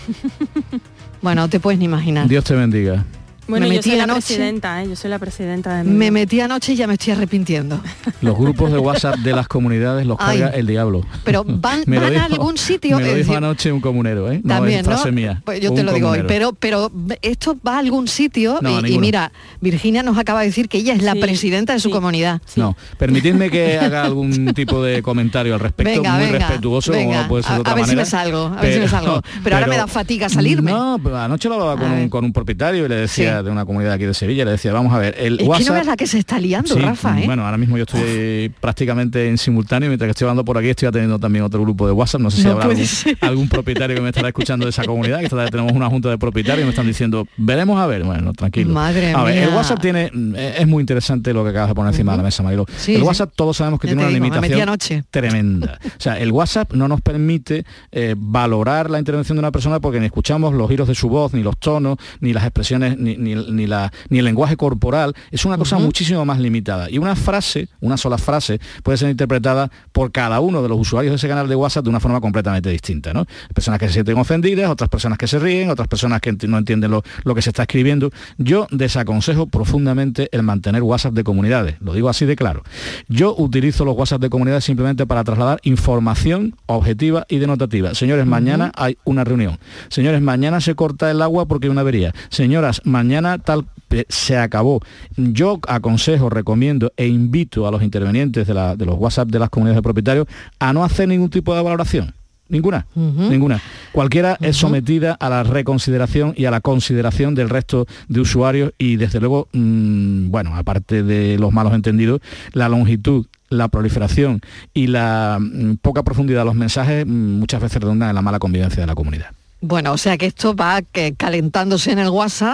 Bueno, te puedes ni imaginar. Dios te bendiga. Bueno, me yo metí soy la anoche, presidenta, ¿eh? Yo soy la presidenta de mi... Me metí anoche y ya me estoy arrepintiendo. Los grupos de WhatsApp de las comunidades los carga Ay, el diablo. Pero van, van dijo, a algún sitio... Me lo dijo decir, anoche un comunero, ¿eh? No también, es frase ¿no? mía. Pues yo te lo digo hoy, pero, pero esto va a algún sitio no, y, y mira, Virginia nos acaba de decir que ella es la sí, presidenta de su sí, comunidad. Sí. No, permitidme que haga algún tipo de comentario al respecto, venga, muy venga, respetuoso, venga, como no puede ser a, de otra a ver manera. Si me salgo, a pero, ver si me salgo. Pero, pero ahora me da fatiga salirme. No, pero anoche lo hablaba con un, con un propietario y le decía sí. de una comunidad aquí de Sevilla, le decía, vamos a ver, el es WhatsApp... que no ves la que se está liando, sí, Rafa, ¿eh? Bueno, ahora mismo yo estoy Uf. prácticamente en simultáneo, mientras que estoy hablando por aquí, estoy atendiendo también otro grupo de WhatsApp, no sé si no habrá algún, algún propietario que me estará escuchando de esa comunidad, que esta, tenemos una junta de propietarios y me están diciendo, veremos a ver, bueno, tranquilo. Madre a ver, mía. el WhatsApp tiene, es muy interesante lo que acabas de poner encima uh-huh. de la mesa, Marilo. Sí, el WhatsApp sí. todos sabemos que ya tiene una digo, limitación tremenda. O sea, el WhatsApp no nos permite eh, valorar la intervención de una persona porque ni escuchamos los giros de su voz, ni los tonos, ni las expresiones, ni, ni, ni, la, ni el lenguaje corporal. Es una cosa uh-huh. muchísimo más limitada. Y una frase, una sola frase, puede ser interpretada por cada uno de los usuarios de ese canal de WhatsApp de una forma completamente distinta, ¿no? Personas que se sienten ofendidas, otras personas que se ríen, otras personas que no entienden lo, lo que se está escribiendo. Yo desaconsejo profundamente el mantener WhatsApp de comunidades. Lo digo así de claro. Yo utilizo los WhatsApp de comunidades simplemente para trasladar información objetiva y denotativa. Señores, uh-huh. mañana hay una reunión. Señores, mañana se corta el agua porque hay una avería. Señoras, mañana tal... se acabó. Yo aconsejo, recomiendo e invito a los intervenientes de, la, de los WhatsApp de las comunidades de propietarios a no hacer ningún tipo de valoración. Ninguna, uh-huh. ninguna. Cualquiera uh-huh. es sometida a la reconsideración y a la consideración del resto de usuarios y desde luego, mmm, bueno, aparte de los malos entendidos, la longitud, la proliferación y la mmm, poca profundidad de los mensajes mmm, muchas veces redundan en la mala convivencia de la comunidad. Bueno, o sea que esto va que calentándose en el WhatsApp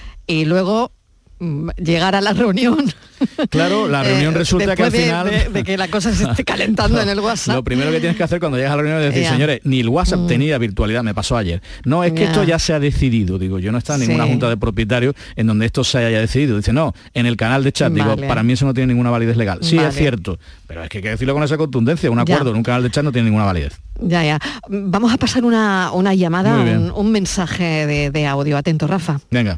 y luego llegar a la reunión. Claro, la reunión eh, resulta que al de, final... De, de que la cosa se esté calentando no, en el WhatsApp. Lo primero que tienes que hacer cuando llegas a la reunión es decir, yeah. señores, ni el WhatsApp mm. tenía virtualidad, me pasó ayer. No, es que yeah. esto ya se ha decidido, digo, yo no está en sí. ninguna junta de propietarios en donde esto se haya decidido. Dice, no, en el canal de chat, vale. digo, para mí eso no tiene ninguna validez legal. Sí, vale. es cierto, pero es que hay que decirlo con esa contundencia, un acuerdo yeah. en un canal de chat no tiene ninguna validez. Ya, ya. Vamos a pasar una, una llamada, un, un mensaje de, de audio. Atento, Rafa. Venga.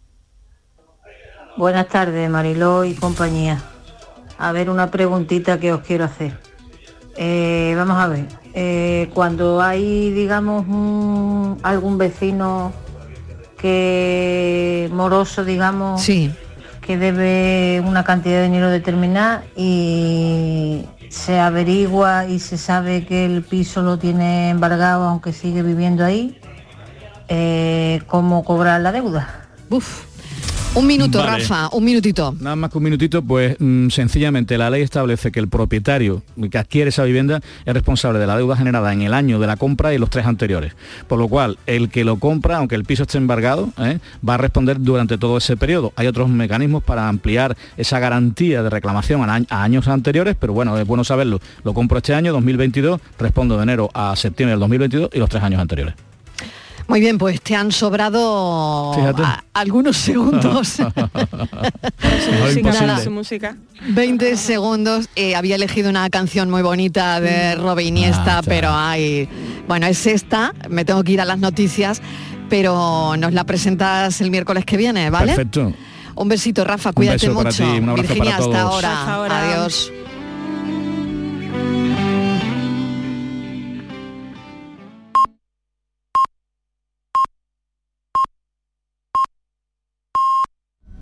Buenas tardes, Mariló y compañía. A ver, una preguntita que os quiero hacer. Eh, vamos a ver, eh, cuando hay, digamos, un, algún vecino que moroso, digamos, sí. que debe una cantidad de dinero determinada y se averigua y se sabe que el piso lo tiene embargado aunque sigue viviendo ahí, eh, ¿cómo cobrar la deuda? Uf. Un minuto, Vale. Rafa, un minutito. Nada más que un minutito, pues mm, sencillamente la ley establece que el propietario que adquiere esa vivienda es responsable de la deuda generada en el año de la compra y los tres anteriores. Por lo cual, el que lo compra, aunque el piso esté embargado, ¿eh? va a responder durante todo ese periodo. Hay otros mecanismos para ampliar esa garantía de reclamación a, a años anteriores, pero bueno, es bueno saberlo. Lo compro este año, dos mil veintidós, respondo de enero a septiembre del dos mil veintidós y los tres años anteriores. Muy bien, pues te han sobrado a, algunos segundos. Su música, Nada, su música. veinte segundos. Eh, había elegido una canción muy bonita de Robe Iniesta, Ah, pero hay... Bueno, es esta, me tengo que ir a las noticias, pero nos la presentas el miércoles que viene, ¿vale? Perfecto. Un besito, Rafa, cuídate beso para mucho. ti, un abrazo Virginia, para hasta todos. ahora. Hasta ahora. Adiós.